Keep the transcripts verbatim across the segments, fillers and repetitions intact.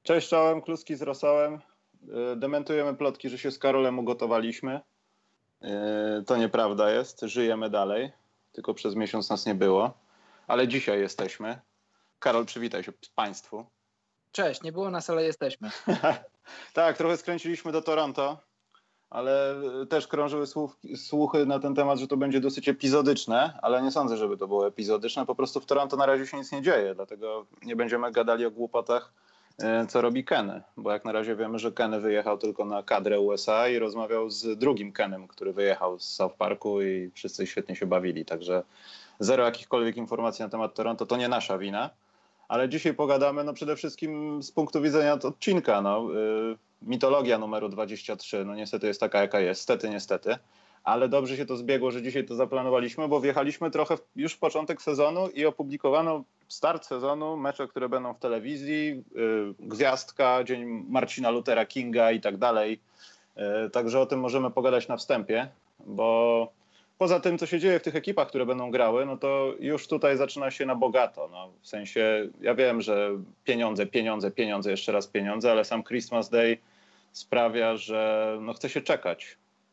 Cześć, czołem, kluski z rosołem. Dementujemy plotki, że się z Karolem ugotowaliśmy. To nieprawda jest, żyjemy dalej, tylko przez miesiąc nas nie było. Ale dzisiaj jesteśmy. Karol, przywitaj się Państwu. Cześć, nie było nas, ale jesteśmy. Tak, trochę skręciliśmy do Toronto, ale też krążyły słuchki, słuchy na ten temat, że to będzie dosyć epizodyczne, ale nie sądzę, żeby to było epizodyczne. Po prostu w Toronto na razie się nic nie dzieje, dlatego nie będziemy gadali o głupotach, co robi Kenny, bo jak na razie wiemy, że Kenny wyjechał tylko na kadrę U S A i rozmawiał z drugim Kenem, który wyjechał z South Parku i wszyscy świetnie się bawili, także zero jakichkolwiek informacji na temat Toronto, to nie nasza wina, ale dzisiaj pogadamy no przede wszystkim z punktu widzenia odcinka, no, yy, mitologia numeru dwadzieścia trzy, no niestety jest taka jaka jest, stety niestety, ale dobrze się to zbiegło, że dzisiaj to zaplanowaliśmy, bo wjechaliśmy trochę w już w początek sezonu i opublikowano start sezonu, mecze, które będą w telewizji, yy, gwiazdka, Dzień Marcina Luthera Kinga i tak dalej. Yy, także o tym możemy pogadać na wstępie, bo poza tym, co się dzieje w tych ekipach, które będą grały, no to już tutaj zaczyna się na bogato. No, w sensie, ja wiem, że pieniądze, pieniądze, pieniądze, jeszcze raz pieniądze, ale sam Christmas Day sprawia, że no, chce się czekać.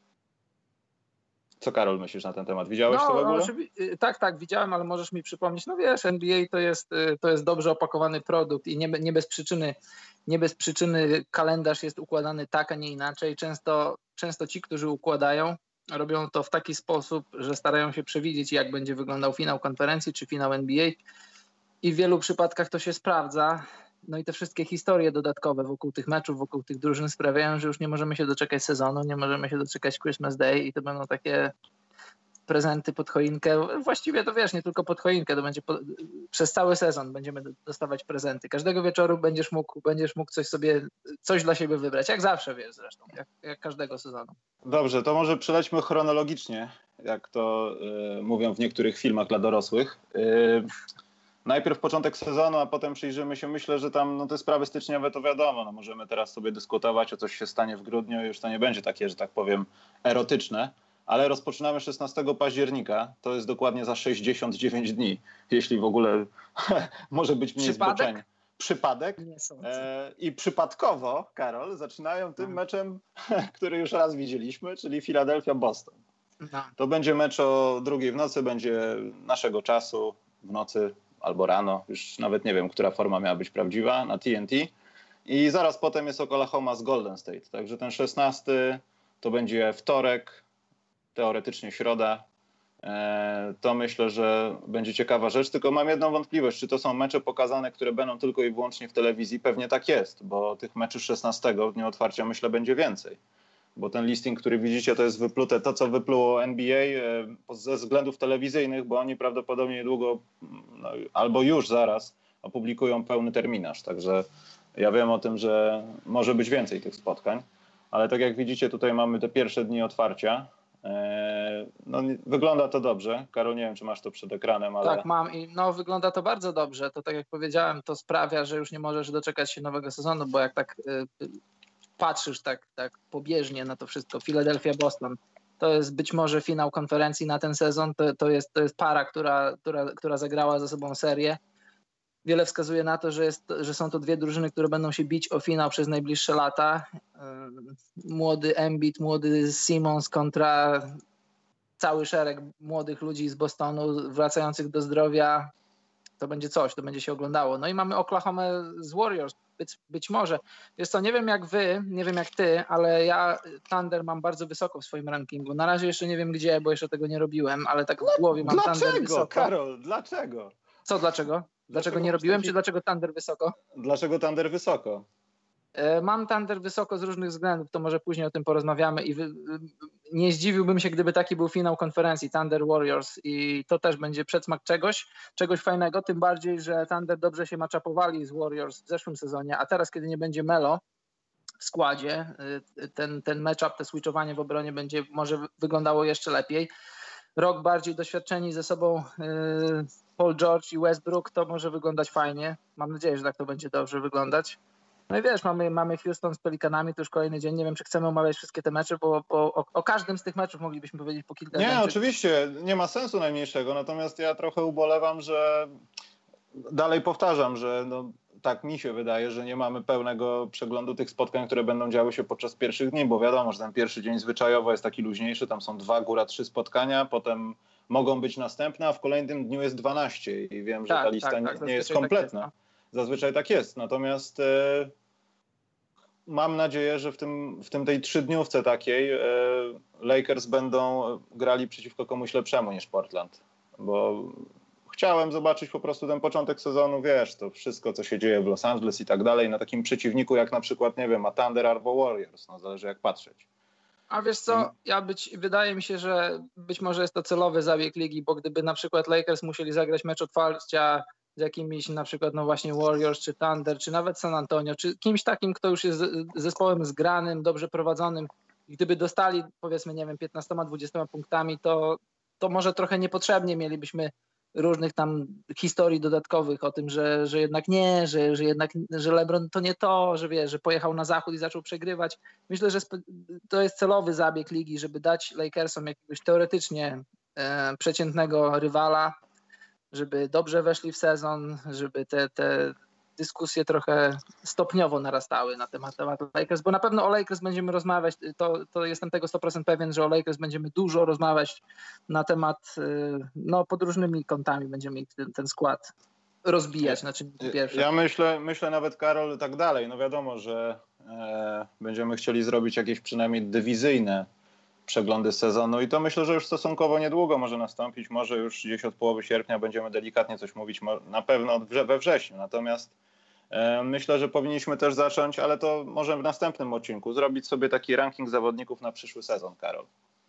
Co, Karol, myślisz na ten temat? Widziałeś no, to w ogóle? No, tak, tak, widziałem, ale możesz mi przypomnieć, no wiesz, N B A to jest, to jest dobrze opakowany produkt i nie, nie, bez przyczyny, nie bez przyczyny kalendarz jest układany tak, a nie inaczej. Często, często ci, którzy układają, robią to w taki sposób, że starają się przewidzieć, jak będzie wyglądał finał konferencji czy finał N B A i w wielu przypadkach to się sprawdza. No i te wszystkie historie dodatkowe wokół tych meczów, wokół tych drużyn sprawiają, że już nie możemy się doczekać sezonu, nie możemy się doczekać Christmas Day i to będą takie prezenty pod choinkę. Właściwie to wiesz, nie tylko pod choinkę, to będzie po, przez cały sezon będziemy dostawać prezenty. Każdego wieczoru będziesz mógł, będziesz mógł coś sobie, coś dla siebie wybrać, jak zawsze wiesz zresztą, jak, jak każdego sezonu. Dobrze, to może przelećmy chronologicznie, jak to y, mówią w niektórych filmach dla dorosłych. Y, Najpierw początek sezonu, a potem przyjrzymy się, myślę, że tam no, te sprawy styczniowe to wiadomo, no, możemy teraz sobie dyskutować, o coś się stanie w grudniu i już to nie będzie takie, że tak powiem, erotyczne, ale rozpoczynamy szesnastego października, to jest dokładnie za sześćdziesiąt dziewięć dni, jeśli w ogóle może być mniej zboczenie. Przypadek. E, I przypadkowo, Karol, zaczynają tym no. meczem, który już raz widzieliśmy, czyli Philadelphia-Boston. No. To będzie mecz o drugiej w nocy, będzie naszego czasu w nocy albo rano, już nawet nie wiem, która forma miała być prawdziwa, na T N T. I zaraz potem jest Oklahoma z Golden State. Także ten szesnasty to będzie wtorek, teoretycznie środa. E, to myślę, że będzie ciekawa rzecz. Tylko mam jedną wątpliwość, czy to są mecze pokazane, które będą tylko i wyłącznie w telewizji? Pewnie tak jest, bo tych meczów szesnastego w dniu otwarcia myślę będzie więcej. Bo ten listing, który widzicie, to jest wyplute to, co wypluło N B A ze względów telewizyjnych, bo oni prawdopodobnie niedługo no, albo już zaraz opublikują pełny terminarz. Także ja wiem o tym, że może być więcej tych spotkań, ale tak jak widzicie, tutaj mamy te pierwsze dni otwarcia. No, wygląda to dobrze. Karol, nie wiem, czy masz to przed ekranem, ale... Tak, mam i no, wygląda to bardzo dobrze. To tak jak powiedziałem, to sprawia, że już nie możesz doczekać się nowego sezonu, bo jak tak... Yy... patrzysz tak, tak pobieżnie na to wszystko, Philadelphia-Boston, to jest być może finał konferencji na ten sezon, to, to, jest, to jest para, która, która, która zagrała ze sobą serię. Wiele wskazuje na to, że, jest, że są to dwie drużyny, które będą się bić o finał przez najbliższe lata. Młody Embiid, młody Simmons kontra cały szereg młodych ludzi z Bostonu wracających do zdrowia. To będzie coś, to będzie się oglądało. No i mamy Oklahoma z Warriors. Być, być może. Wiesz co, nie wiem jak wy, nie wiem jak ty, ale ja Thunder mam bardzo wysoko w swoim rankingu. Na razie jeszcze nie wiem gdzie, bo jeszcze tego nie robiłem, ale tak w głowie mam dlaczego, Thunder wysoko. Karol, dlaczego? Co, dlaczego? Dlaczego, dlaczego nie robiłem, czy dlaczego Thunder wysoko? Dlaczego Thunder wysoko? Mam Thunder wysoko z różnych względów, to może później o tym porozmawiamy i wy, nie zdziwiłbym się, gdyby taki był finał konferencji Thunder Warriors i to też będzie przedsmak czegoś, czegoś fajnego, tym bardziej, że Thunder dobrze się matchupowali z Warriors w zeszłym sezonie, a teraz, kiedy nie będzie Melo w składzie, ten, ten matchup, to switchowanie w obronie będzie może wyglądało jeszcze lepiej. Rok bardziej doświadczeni ze sobą Paul George i Westbrook, to może wyglądać fajnie. Mam nadzieję, że tak to będzie dobrze wyglądać. No i wiesz, mamy, mamy Houston z Pelikanami, to już kolejny dzień. Nie wiem, czy chcemy omawiać wszystkie te mecze, bo, bo o, o każdym z tych meczów moglibyśmy powiedzieć po kilka Nie, zdania. oczywiście, nie ma sensu najmniejszego, natomiast ja trochę ubolewam, że dalej powtarzam, że no, tak mi się wydaje, że nie mamy pełnego przeglądu tych spotkań, które będą działy się podczas pierwszych dni, bo wiadomo, że ten pierwszy dzień zwyczajowo jest taki luźniejszy, tam są dwa, góra trzy spotkania, potem mogą być następne, a w kolejnym dniu jest dwanaście i wiem, że Tak, ta lista tak, nie, tak, nie jest zazwyczaj tak kompletna. jest, no. Zazwyczaj tak jest, natomiast e, mam nadzieję, że w tym, w tym tej trzydniówce takiej e, Lakers będą grali przeciwko komuś lepszemu niż Portland, bo chciałem zobaczyć po prostu ten początek sezonu, wiesz, to wszystko, co się dzieje w Los Angeles i tak dalej, na takim przeciwniku jak na przykład, nie wiem, a Thunder albo Warriors, no zależy jak patrzeć. A wiesz co, ja być, wydaje mi się, że być może jest to celowy zabieg ligi, bo gdyby na przykład Lakers musieli zagrać mecz otwarcia z jakimiś na przykład no właśnie Warriors, czy Thunder, czy nawet San Antonio, czy kimś takim, kto już jest zespołem zgranym, dobrze prowadzonym, gdyby dostali powiedzmy, nie wiem, piętnastoma dwudziestoma punktami, to, to może trochę niepotrzebnie mielibyśmy różnych tam historii dodatkowych o tym, że, że jednak nie, że, że jednak że LeBron to nie to, że wie, że pojechał na zachód i zaczął przegrywać. Myślę, że to jest celowy zabieg ligi, żeby dać Lakersom jakiegoś teoretycznie e, przeciętnego rywala, żeby dobrze weszli w sezon, żeby te, te dyskusje trochę stopniowo narastały na temat, temat Lakers, bo na pewno o Lakers będziemy rozmawiać, to, to jestem tego sto procent pewien, że o Lakers będziemy dużo rozmawiać na temat, no pod różnymi kątami będziemy ten, ten skład rozbijać na czynniki pierwsze. Ja myślę, myślę nawet, Karol, tak dalej, no wiadomo, że e, będziemy chcieli zrobić jakieś przynajmniej dywizyjne przeglądy sezonu i to myślę, że już stosunkowo niedługo może nastąpić, może już gdzieś od połowy sierpnia będziemy delikatnie coś mówić, na pewno we wrześniu, natomiast e, myślę, że powinniśmy też zacząć, ale to może w następnym odcinku, zrobić sobie taki ranking zawodników na przyszły sezon, Karol.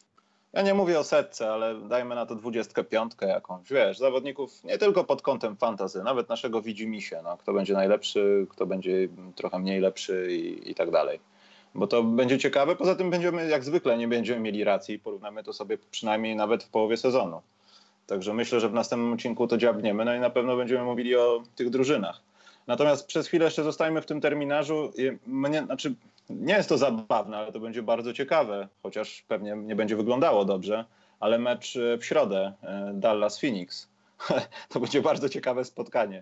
Ja nie mówię o setce, ale dajmy na to dwudziestkę piątkę jakąś, wiesz, zawodników nie tylko pod kątem fantasy, nawet naszego widzimisię, no, kto będzie najlepszy, kto będzie trochę mniej lepszy i, i tak dalej. Bo to będzie ciekawe, poza tym będziemy, jak zwykle, nie będziemy mieli racji i porównamy to sobie przynajmniej nawet w połowie sezonu. Także myślę, że w następnym odcinku to dziabniemy, no i na pewno będziemy mówili o tych drużynach. Natomiast przez chwilę jeszcze zostajmy w tym terminarzu. Mnie, znaczy, nie jest to zabawne, ale to będzie bardzo ciekawe, chociaż pewnie nie będzie wyglądało dobrze, ale mecz w środę Dallas-Phoenix. To będzie bardzo ciekawe spotkanie.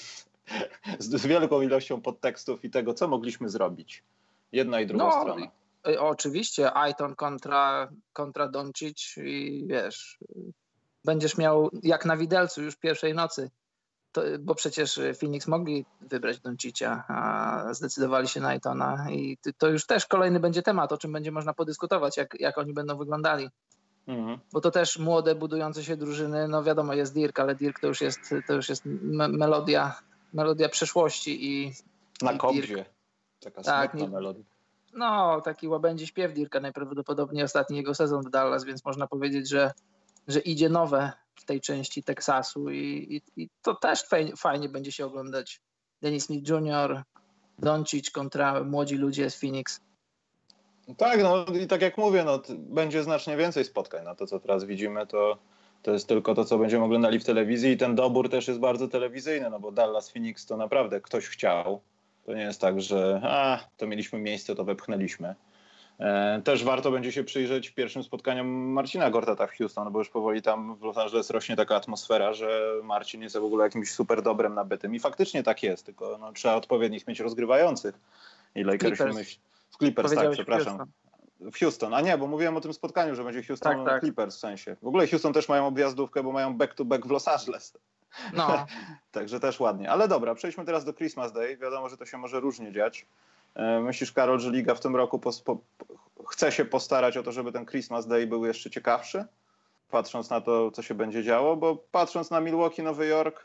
Z, z wielką ilością podtekstów i tego, co mogliśmy zrobić. Jedna i druga no, strona. I, oczywiście, Aiton kontra, kontra Doncic i wiesz, będziesz miał jak na widelcu już pierwszej nocy. To, bo przecież Phoenix mogli wybrać Doncicia, a zdecydowali się na Aitona i to już też kolejny będzie temat, o czym będzie można podyskutować, jak, jak oni będą wyglądali. Mhm. Bo to też młode, budujące się drużyny, no wiadomo, jest Dirk, ale Dirk to już jest, to już jest me- melodia, melodia przeszłości i na i kobzie. Dirk, Taka tak, smutna nie, melodia. No, taki łabędzi śpiew Dirka, najprawdopodobniej ostatni jego sezon w Dallas, więc można powiedzieć, że, że idzie nowe w tej części Teksasu i, i, i to też fajnie, fajnie będzie się oglądać. Dennis Smith junior, Doncic kontra młodzi ludzie z Phoenix. Tak, no i tak jak mówię, no, będzie znacznie więcej spotkań. No to, co teraz widzimy, to, to jest tylko to, co będziemy oglądali w telewizji i ten dobór też jest bardzo telewizyjny, no bo Dallas Phoenix to naprawdę ktoś chciał. To nie jest tak, że a, to mieliśmy miejsce, to wepchnęliśmy. E, też warto będzie się przyjrzeć pierwszym spotkaniom Marcina Gortata w Houston, bo już powoli tam w Los Angeles rośnie taka atmosfera, że Marcin jest w ogóle jakimś super dobrem nabytym. I faktycznie tak jest, tylko no, trzeba odpowiednich mieć rozgrywających. I Lakersi myśl... W Clippers, tak, przepraszam. Houston. W Houston, a nie, bo mówiłem o tym spotkaniu, że będzie Houston tak, tak. Clippers w sensie. W ogóle Houston też mają objazdówkę, bo mają back-to-back w Los Angeles. No. Także też ładnie. Ale dobra, przejdźmy teraz do Christmas Day. Wiadomo, że to się może różnie dziać. Myślisz, Karol, że Liga w tym roku po, po, chce się postarać o to, żeby ten Christmas Day był jeszcze ciekawszy? Patrząc na to, co się będzie działo, bo patrząc na Milwaukee, Nowy Jork...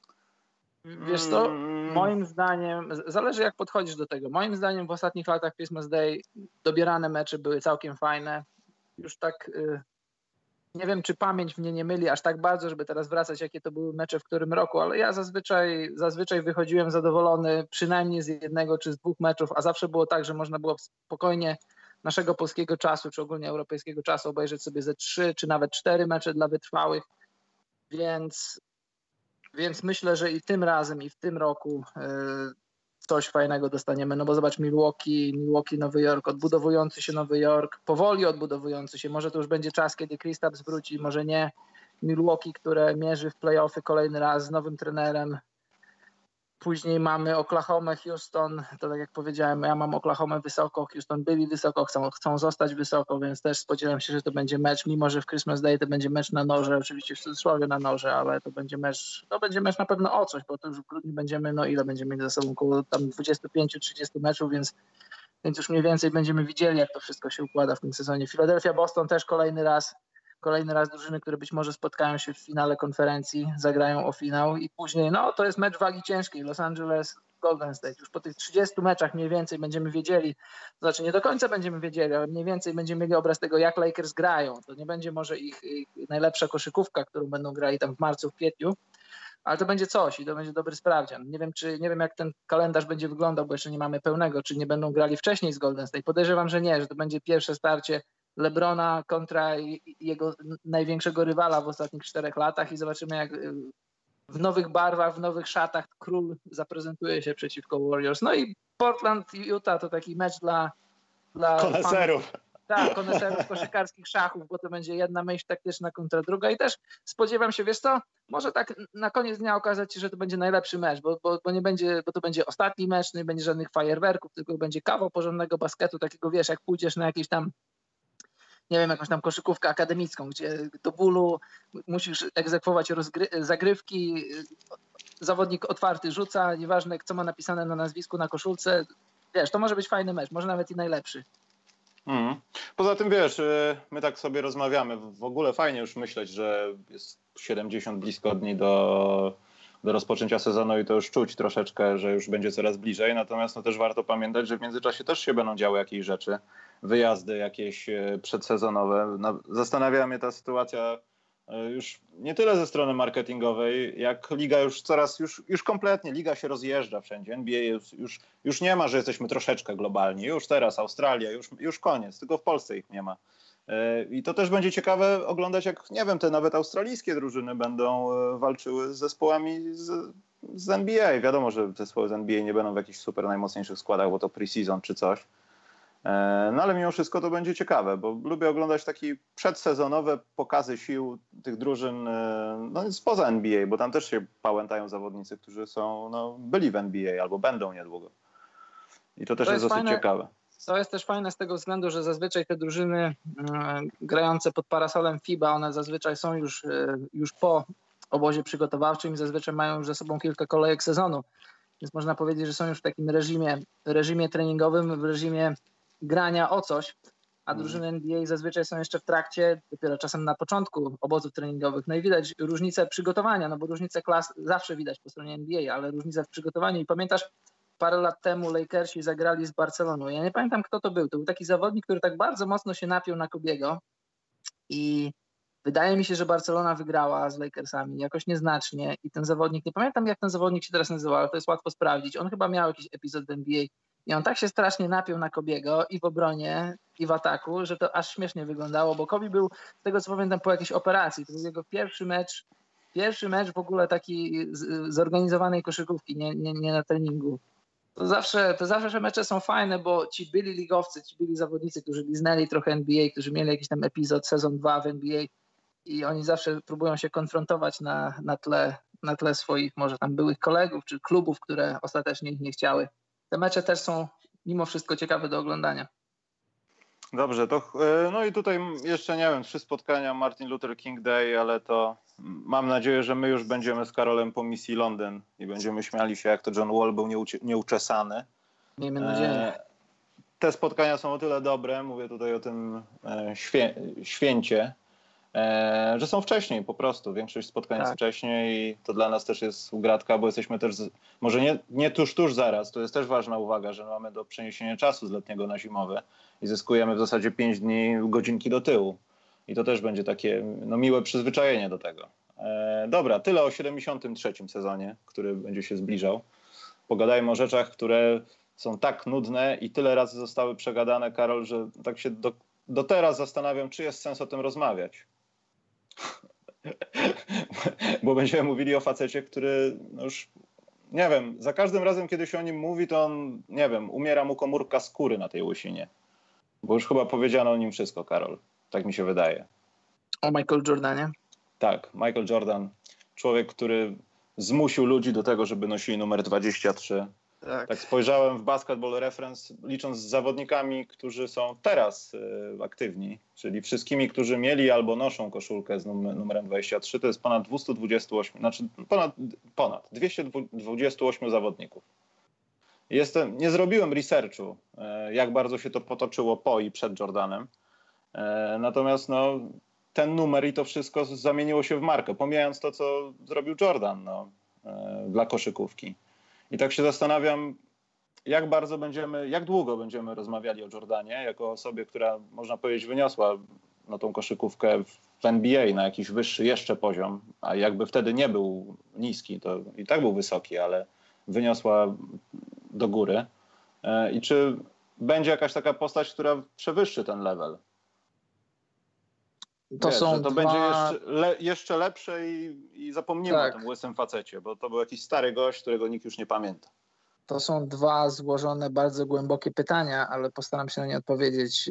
Wiesz co, moim zdaniem, zależy jak podchodzisz do tego. Moim zdaniem w ostatnich latach Christmas Day dobierane mecze były całkiem fajne. Już tak... Y- Nie wiem, czy pamięć mnie nie myli aż tak bardzo, żeby teraz wracać, jakie to były mecze w którym roku, ale ja zazwyczaj, zazwyczaj wychodziłem zadowolony przynajmniej z jednego czy z dwóch meczów, a zawsze było tak, że można było spokojnie naszego polskiego czasu, czy ogólnie europejskiego czasu obejrzeć sobie ze trzy, czy nawet cztery mecze dla wytrwałych, więc, więc myślę, że i tym razem, i w tym roku yy, coś fajnego dostaniemy, no bo zobacz Milwaukee, Milwaukee, Nowy Jork, odbudowujący się Nowy Jork, powoli odbudowujący się, może to już będzie czas, kiedy Kristaps wróci, może nie. Milwaukee, które mierzy w play-offy kolejny raz z nowym trenerem. Później mamy Oklahoma, Houston, to tak jak powiedziałem, ja mam Oklahoma wysoko, Houston byli wysoko, chcą, chcą zostać wysoko, więc też spodziewam się, że to będzie mecz, mimo że w Christmas Day to będzie mecz na noże, oczywiście w cudzysłowie na noże, ale to będzie mecz, to będzie mecz na pewno o coś, bo to już w grudniu będziemy, no ile będziemy mieli za sobą, około tam dwadzieścia pięć trzydzieści meczów, więc, więc już mniej więcej będziemy widzieli, jak to wszystko się układa w tym sezonie. Philadelphia, Boston też kolejny raz. Kolejny raz drużyny, które być może spotkają się w finale konferencji, zagrają o finał i później, no to jest mecz wagi ciężkiej, Los Angeles, Golden State. Już po tych trzydziestu meczach mniej więcej będziemy wiedzieli, to znaczy nie do końca będziemy wiedzieli, ale mniej więcej będziemy mieli obraz tego, jak Lakers grają. To nie będzie może ich, ich najlepsza koszykówka, którą będą grali tam w marcu, w kwietniu, ale to będzie coś i to będzie dobry sprawdzian. Nie wiem, czy, nie wiem jak ten kalendarz będzie wyglądał, bo jeszcze nie mamy pełnego, czy nie będą grali wcześniej z Golden State. Podejrzewam, że nie, że to będzie pierwsze starcie LeBrona kontra jego największego rywala w ostatnich czterech latach i zobaczymy, jak w nowych barwach, w nowych szatach król zaprezentuje się przeciwko Warriors. No i Portland i Utah to taki mecz dla, dla koneserów. Tak, koneserów koszykarskich szachów, bo to będzie jedna myśl taktyczna kontra druga i też spodziewam się, wiesz co, może tak na koniec dnia okazać się, że to będzie najlepszy mecz, bo, bo, bo nie będzie, bo to będzie ostatni mecz, nie będzie żadnych fajerwerków, tylko będzie kawał porządnego basketu, takiego wiesz, jak pójdziesz na jakieś tam nie wiem, jakąś tam koszykówkę akademicką, gdzie do bólu musisz egzekwować rozgry- zagrywki, zawodnik otwarty rzuca, nieważne co ma napisane na nazwisku, na koszulce, wiesz, to może być fajny mecz, może nawet i najlepszy. Mm. Poza tym wiesz, my tak sobie rozmawiamy, w ogóle fajnie już myśleć, że jest siedemdziesiąt blisko dni do, do rozpoczęcia sezonu i to już czuć troszeczkę, że już będzie coraz bliżej, natomiast no też warto pamiętać, że w międzyczasie też się będą działy jakieś rzeczy, wyjazdy jakieś przedsezonowe. Zastanawia mnie ta sytuacja już nie tyle ze strony marketingowej, jak liga już coraz, już, już kompletnie, liga się rozjeżdża wszędzie. N B A już, już, już nie ma, że jesteśmy troszeczkę globalni. Już teraz Australia, już, już koniec, tylko w Polsce ich nie ma. I to też będzie ciekawe oglądać, jak, nie wiem, te nawet australijskie drużyny będą walczyły z zespołami z, z N B A. Wiadomo, że zespoły z N B A nie będą w jakichś super najmocniejszych składach, bo to pre-season czy coś. No ale mimo wszystko to będzie ciekawe, bo lubię oglądać takie przedsezonowe pokazy sił tych drużyn no, spoza N B A, bo tam też się pałętają zawodnicy, którzy są, no, byli w N B A albo będą niedługo. I to też to jest, jest dosyć fajne. ciekawe. To jest też fajne z tego względu, że zazwyczaj te drużyny y, grające pod parasolem F I B A, one zazwyczaj są już, y, już po obozie przygotowawczym i zazwyczaj mają już za sobą kilka kolejek sezonu. Więc można powiedzieć, że są już w takim reżimie, reżimie treningowym, w reżimie grania o coś, a drużyny N B A zazwyczaj są jeszcze w trakcie, dopiero czasem na początku obozów treningowych. No i widać różnicę przygotowania, no bo różnicę klas zawsze widać po stronie N B A, ale różnica w przygotowaniu. I pamiętasz, parę lat temu Lakersi zagrali z Barceloną. Ja nie pamiętam, kto to był. To był taki zawodnik, który tak bardzo mocno się napiął na Kobiego i wydaje mi się, że Barcelona wygrała z Lakersami jakoś nieznacznie i ten zawodnik, nie pamiętam jak ten zawodnik się teraz nazywał, ale to jest łatwo sprawdzić. On chyba miał jakiś epizod w N B A i on tak się strasznie napiął na Kobiego i w obronie, i w ataku, że to aż śmiesznie wyglądało, bo Kobe był, z tego co pamiętam, po jakiejś operacji. To był jego pierwszy mecz, pierwszy mecz w ogóle taki z, zorganizowanej koszykówki, nie, nie, nie na treningu. To zawsze, to zawsze że mecze są fajne, bo ci byli ligowcy, ci byli zawodnicy, którzy liznęli trochę N B A, którzy mieli jakiś tam epizod, sezon dwa w N B A i oni zawsze próbują się konfrontować na, na, tle, na tle swoich może tam byłych kolegów czy klubów, które ostatecznie ich nie chciały. Te mecze też są mimo wszystko ciekawe do oglądania. Dobrze, to no i tutaj jeszcze nie wiem, trzy spotkania Martin Luther King Day, ale to mam nadzieję, że my już będziemy z Karolem po misji Londyn i będziemy śmiali się, jak to John Wall był nieucie- nieuczesany. Miejmy nadzieję. Te spotkania są o tyle dobre, mówię tutaj o tym świę- święcie, że są wcześniej po prostu. Większość spotkań tak. jest wcześniej i to dla nas też jest gratka, bo jesteśmy też, z, może nie, nie tuż, tuż zaraz, to jest też ważna uwaga, że mamy do przeniesienia czasu z letniego na zimowe i zyskujemy w zasadzie pięć dni, godzinki do tyłu. I to też będzie takie no, miłe przyzwyczajenie do tego. E, dobra, tyle o siedemdziesiątym trzecim sezonie, który będzie się zbliżał. Pogadajmy o rzeczach, które są tak nudne i tyle razy zostały przegadane, Karol, że tak się do, do teraz zastanawiam, czy jest sens o tym rozmawiać. Bo będziemy mówili o facecie, który no już, nie wiem, za każdym razem, kiedy się o nim mówi, to on, nie wiem, umiera mu komórka skóry na tej łysinie. Bo już chyba powiedziano o nim wszystko, Karol. Tak mi się wydaje. O Michael Jordanie? Tak, Michael Jordan. Człowiek, który zmusił ludzi do tego, żeby nosili numer dwadzieścia trzy. Tak. Tak spojrzałem w Basketball Reference, licząc z zawodnikami, którzy są teraz y, aktywni, czyli wszystkimi, którzy mieli albo noszą koszulkę z numer, numerem dwadzieścia trzy, to jest ponad dwieście dwadzieścia osiem, znaczy ponad, ponad dwieście dwadzieścia osiem zawodników. Jestem, nie zrobiłem researchu, y, jak bardzo się to potoczyło po i przed Jordanem, y, natomiast no, ten numer i to wszystko zamieniło się w markę, pomijając to, co zrobił Jordan no, y, dla koszykówki. I tak się zastanawiam, jak bardzo będziemy, jak długo będziemy rozmawiali o Jordanie, jako osobie, która, można powiedzieć, wyniosła no, tą koszykówkę w N B A na jakiś wyższy jeszcze poziom, a jakby wtedy nie był niski, to i tak był wysoki, ale wyniosła do góry. I czy będzie jakaś taka postać, która przewyższy ten level? To Wiesz, są że to dwa... będzie jeszcze, le, jeszcze lepsze i, i zapomnimy Tak. o tym łysym facecie, bo to był jakiś stary gość, którego nikt już nie pamięta. To są dwa złożone, bardzo głębokie pytania, ale postaram się na nie odpowiedzieć.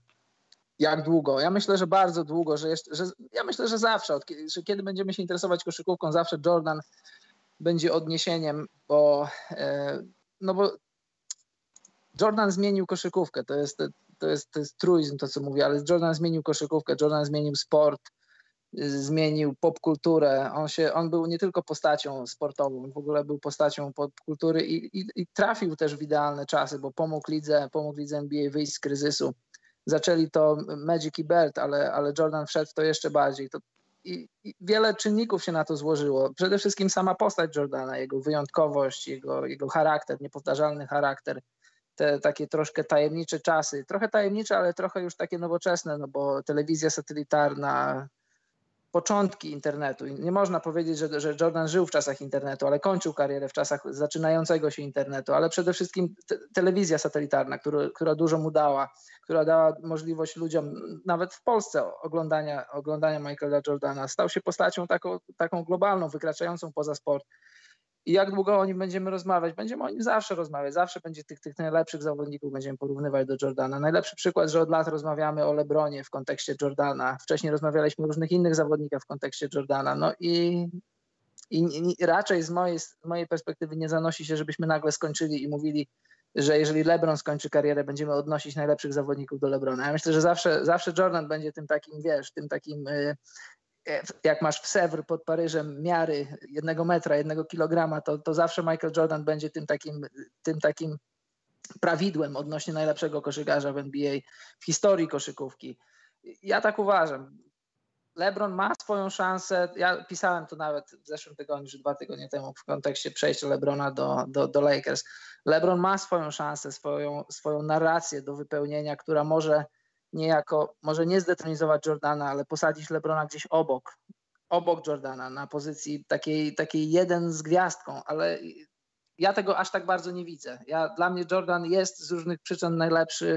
Jak długo? Ja myślę, że bardzo długo, że, jeszcze, że ja myślę, że zawsze, od kiedy, że kiedy będziemy się interesować koszykówką, zawsze Jordan będzie odniesieniem, bo, no bo Jordan zmienił koszykówkę. To jest, to jest, to jest truizm, to co mówię, ale Jordan zmienił koszykówkę, Jordan zmienił sport, zmienił popkulturę. On, się, on był nie tylko postacią sportową, w ogóle był postacią popkultury i, i, i trafił też w idealne czasy, bo pomógł lidze, pomógł lidze N B A wyjść z kryzysu. Zaczęli to Magic i Bird, ale, ale Jordan wszedł w to jeszcze bardziej. To, i, I wiele czynników się na to złożyło. Przede wszystkim sama postać Jordana, jego wyjątkowość, jego, jego charakter, niepowtarzalny charakter. Te takie troszkę tajemnicze czasy. Trochę tajemnicze, ale trochę już takie nowoczesne, no bo telewizja satelitarna, początki internetu. Nie można powiedzieć, że, że Jordan żył w czasach internetu, ale kończył karierę w czasach zaczynającego się internetu, ale przede wszystkim te, telewizja satelitarna, która, która dużo mu dała, która dała możliwość ludziom, nawet w Polsce, oglądania, oglądania Michaela Jordana. Stał się postacią taką, taką globalną, wykraczającą poza sport. I jak długo o nim będziemy rozmawiać? Będziemy o nim zawsze rozmawiać. Zawsze będzie tych, tych najlepszych zawodników będziemy porównywać do Jordana. Najlepszy przykład, że od lat rozmawiamy o LeBronie w kontekście Jordana. Wcześniej rozmawialiśmy o różnych innych zawodnikach w kontekście Jordana. No i, i, i raczej z mojej, z mojej perspektywy nie zanosi się, żebyśmy nagle skończyli i mówili, że jeżeli LeBron skończy karierę, będziemy odnosić najlepszych zawodników do LeBrona. Ja myślę, że zawsze, zawsze Jordan będzie tym takim, wiesz, tym takim... Yy, jak masz w Sèvres pod Paryżem miary jednego metra, jednego kilograma, to, to zawsze Michael Jordan będzie tym takim, tym takim prawidłem odnośnie najlepszego koszykarza w N B A w historii koszykówki. Ja tak uważam. LeBron ma swoją szansę. Ja pisałem to nawet w zeszłym tygodniu, czy dwa tygodnie temu w kontekście przejścia LeBrona do, do, do Lakers. LeBron ma swoją szansę, swoją, swoją narrację do wypełnienia, która może niejako, może nie zdetronizować Jordana, ale posadzić LeBrona gdzieś obok, obok Jordana na pozycji takiej, takiej jeden z gwiazdką, ale ja tego aż tak bardzo nie widzę. Ja, dla mnie Jordan jest z różnych przyczyn najlepszy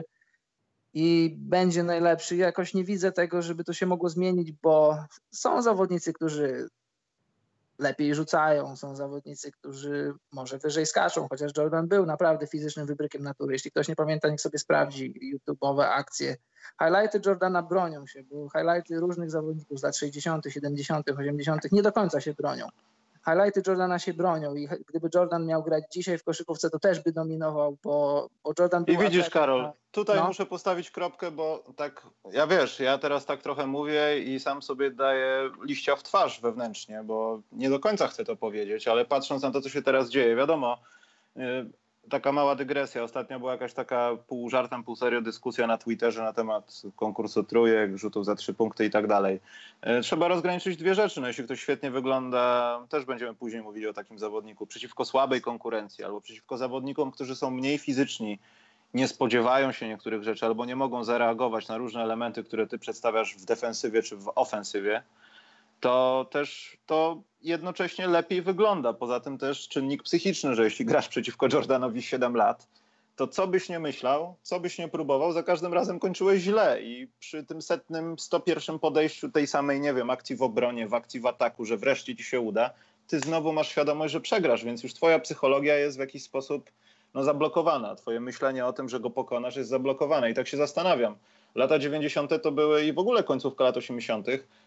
i będzie najlepszy. Ja jakoś nie widzę tego, żeby to się mogło zmienić, bo są zawodnicy, którzy lepiej rzucają, są zawodnicy, którzy może wyżej skaczą, chociaż Jordan był naprawdę fizycznym wybrykiem natury. Jeśli ktoś nie pamięta, niech sobie sprawdzi YouTube'owe akcje. Highlighty Jordana bronią się, bo highlighty różnych zawodników z lat sześćdziesiątych, siedemdziesiątych, osiemdziesiątych nie do końca się bronią. Highlighty Jordana się bronią i gdyby Jordan miał grać dzisiaj w koszykówce, to też by dominował, bo, bo Jordan był... I widzisz, atletą, Karol, tutaj no. muszę postawić kropkę, bo tak, ja wiesz, ja teraz tak trochę mówię i sam sobie daję liścia w twarz wewnętrznie, bo nie do końca chcę to powiedzieć, ale patrząc na to, co się teraz dzieje, wiadomo, yy, taka mała dygresja. Ostatnio była jakaś taka pół żartem, pół serio dyskusja na Twitterze na temat konkursu trójek, rzutów za trzy punkty i tak dalej. Trzeba rozgraniczyć dwie rzeczy. No, jeśli ktoś świetnie wygląda, też będziemy później mówili o takim zawodniku, przeciwko słabej konkurencji albo przeciwko zawodnikom, którzy są mniej fizyczni, nie spodziewają się niektórych rzeczy albo nie mogą zareagować na różne elementy, które ty przedstawiasz w defensywie czy w ofensywie, to też to jednocześnie lepiej wygląda. Poza tym też czynnik psychiczny, że jeśli grasz przeciwko Jordanowi siedem lat, to co byś nie myślał, co byś nie próbował, za każdym razem kończyłeś źle i przy tym setnym, sto pierwszym podejściu tej samej, nie wiem, akcji w obronie, w akcji w ataku, że wreszcie ci się uda, ty znowu masz świadomość, że przegrasz, więc już twoja psychologia jest w jakiś sposób no, zablokowana. Twoje myślenie o tym, że go pokonasz, jest zablokowane. I tak się zastanawiam. Lata dziewięćdziesiąte to były i w ogóle końcówka lat osiemdziesiątych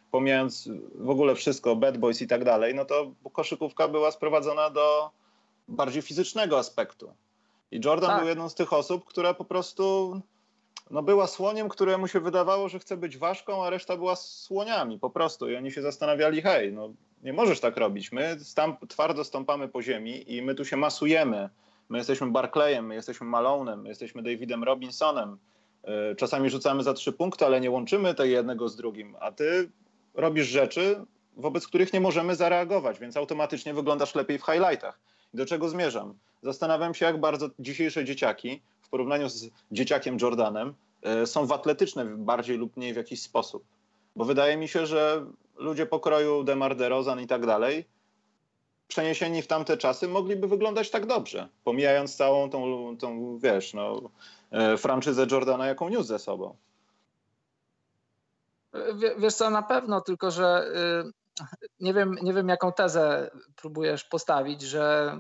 pomijając w ogóle wszystko, Bad Boys i tak dalej, no to koszykówka była sprowadzona do bardziej fizycznego aspektu. I Jordan tak. był jedną z tych osób, która po prostu no, była słoniem, któremu się wydawało, że chce być ważką, a reszta była słoniami po prostu. I oni się zastanawiali, hej, no nie możesz tak robić. My stamp, twardo stąpamy po ziemi i my tu się masujemy. My jesteśmy Barkleyem, my jesteśmy Malone'em, my jesteśmy Davidem Robinsonem. Czasami rzucamy za trzy punkty, ale nie łączymy tego jednego z drugim. A ty robisz rzeczy, wobec których nie możemy zareagować, więc automatycznie wyglądasz lepiej w highlightach. I do czego zmierzam? Zastanawiam się, jak bardzo dzisiejsze dzieciaki w porównaniu z dzieciakiem Jordanem są w atletyczne bardziej lub mniej w jakiś sposób. Bo wydaje mi się, że ludzie pokroju DeMar DeRozan i tak dalej, przeniesieni w tamte czasy, mogliby wyglądać tak dobrze, pomijając całą tą, tą wiesz, no, franczyzę Jordana, jaką niósł ze sobą. Wiesz co, na pewno, tylko że nie wiem, nie wiem jaką tezę próbujesz postawić, że,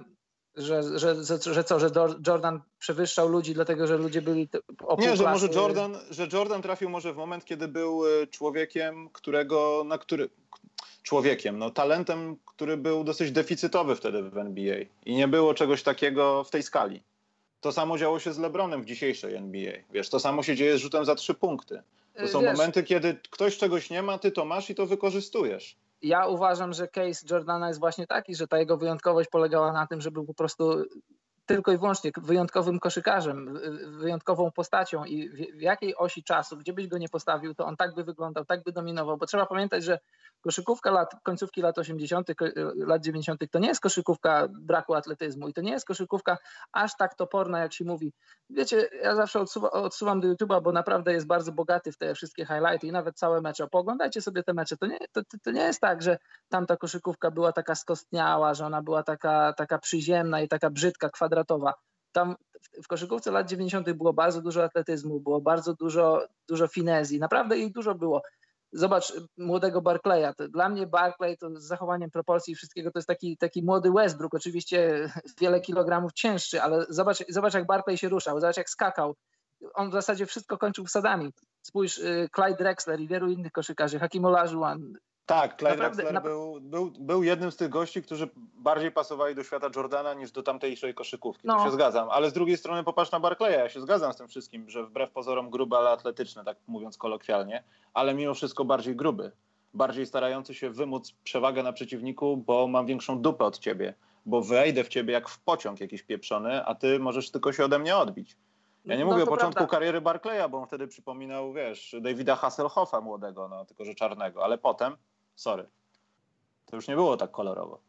że, że, że, że co, że Jordan przewyższał ludzi, dlatego że ludzie byli o pół Nie, że klasy. może Jordan, że Jordan trafił może w moment, kiedy był człowiekiem, którego, na który, człowiekiem, no talentem, który był dosyć deficytowy wtedy w N B A i nie było czegoś takiego w tej skali. To samo działo się z LeBronem w dzisiejszej N B A. Wiesz, to samo się dzieje z rzutem za trzy punkty. To są Wiesz, momenty, kiedy ktoś czegoś nie ma, ty to masz i to wykorzystujesz. Ja uważam, że case Jordana jest właśnie taki, że ta jego wyjątkowość polegała na tym, że był po prostu tylko i wyłącznie wyjątkowym koszykarzem, wyjątkową postacią i w jakiej osi czasu, gdzie byś go nie postawił, to on tak by wyglądał, tak by dominował, bo trzeba pamiętać, że koszykówka lat, końcówki lat osiemdziesiątych, lat dziewięćdziesiątych to nie jest koszykówka braku atletyzmu i to nie jest koszykówka aż tak toporna, jak się mówi. Wiecie, ja zawsze odsuwa, odsuwam do YouTube'a, bo naprawdę jest bardzo bogaty w te wszystkie highlighty i nawet całe mecze. Pooglądajcie sobie te mecze. To nie, to, to nie jest tak, że tamta koszykówka była taka skostniała, że ona była taka, taka przyziemna i taka brzydka, kwadratowa. Tam w koszykówce lat dziewięćdziesiątych było bardzo dużo atletyzmu, było bardzo dużo, dużo finezji. Naprawdę ich dużo było. Zobacz młodego Barkleya. To dla mnie Barkley to z zachowaniem proporcji i wszystkiego to jest taki, taki młody Westbrook. Oczywiście wiele kilogramów cięższy, ale zobacz, zobacz jak Barkley się ruszał, zobacz jak skakał. On w zasadzie wszystko kończył wsadami. Spójrz, Clyde Drexler i wielu innych koszykarzy, Hakim Olajuwon. Tak, Clyde Naprawdę, Drexler na... był, był, był jednym z tych gości, którzy bardziej pasowali do świata Jordana niż do tamtejszej koszykówki. No. To się zgadzam, ale z drugiej strony popatrz na Barkleya. Ja się zgadzam z tym wszystkim, że wbrew pozorom gruby, ale atletyczny, tak mówiąc kolokwialnie, ale mimo wszystko bardziej gruby. Bardziej starający się wymóc przewagę na przeciwniku, bo mam większą dupę od ciebie, bo wejdę w ciebie jak w pociąg jakiś pieprzony, a ty możesz tylko się ode mnie odbić. Ja nie no mówię o początku prawda. kariery Barkleya, bo on wtedy przypominał, wiesz, Davida Hasselhoffa młodego, no tylko że czarnego, ale potem, sorry. To już nie było tak kolorowo.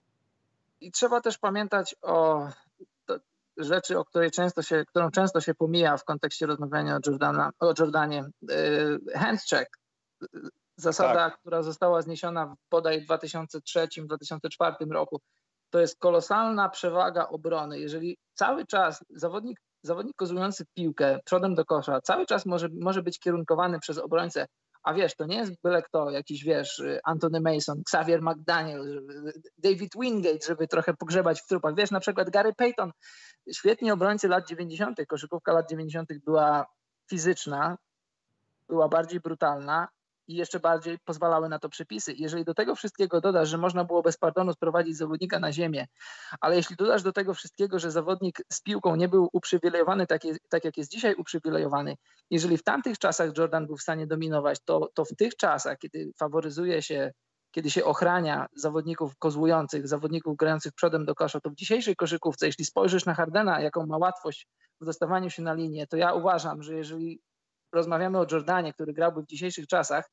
I trzeba też pamiętać o rzeczy, o której często się, którą często się pomija w kontekście rozmawiania o, Jordana, o Jordanie. Handcheck. Zasada, tak. która została zniesiona bodaj w dwa tysiące trzecim, dwa tysiące czwartym roku. To jest kolosalna przewaga obrony. Jeżeli cały czas zawodnik, zawodnik kozujący piłkę przodem do kosza cały czas może, może być kierunkowany przez obrońcę. A wiesz, to nie jest byle kto, jakiś wiesz, Anthony Mason, Xavier McDaniel, David Wingate, żeby trochę pogrzebać w trupach. Wiesz, na przykład Gary Payton, świetni obrońcy lat dziewięćdziesiątych. Koszykówka lat dziewięćdziesiątych była fizyczna, była bardziej brutalna i jeszcze bardziej pozwalały na to przepisy. Jeżeli do tego wszystkiego dodasz, że można było bez pardonu sprowadzić zawodnika na ziemię, ale jeśli dodasz do tego wszystkiego, że zawodnik z piłką nie był uprzywilejowany tak, jest, tak jak jest dzisiaj uprzywilejowany, jeżeli w tamtych czasach Jordan był w stanie dominować, to, to w tych czasach, kiedy faworyzuje się, kiedy się ochrania zawodników kozłujących, zawodników grających przodem do kosza, to w dzisiejszej koszykówce, jeśli spojrzysz na Hardena, jaką ma łatwość w dostawaniu się na linię, to ja uważam, że jeżeli rozmawiamy o Jordanie, który grałby w dzisiejszych czasach,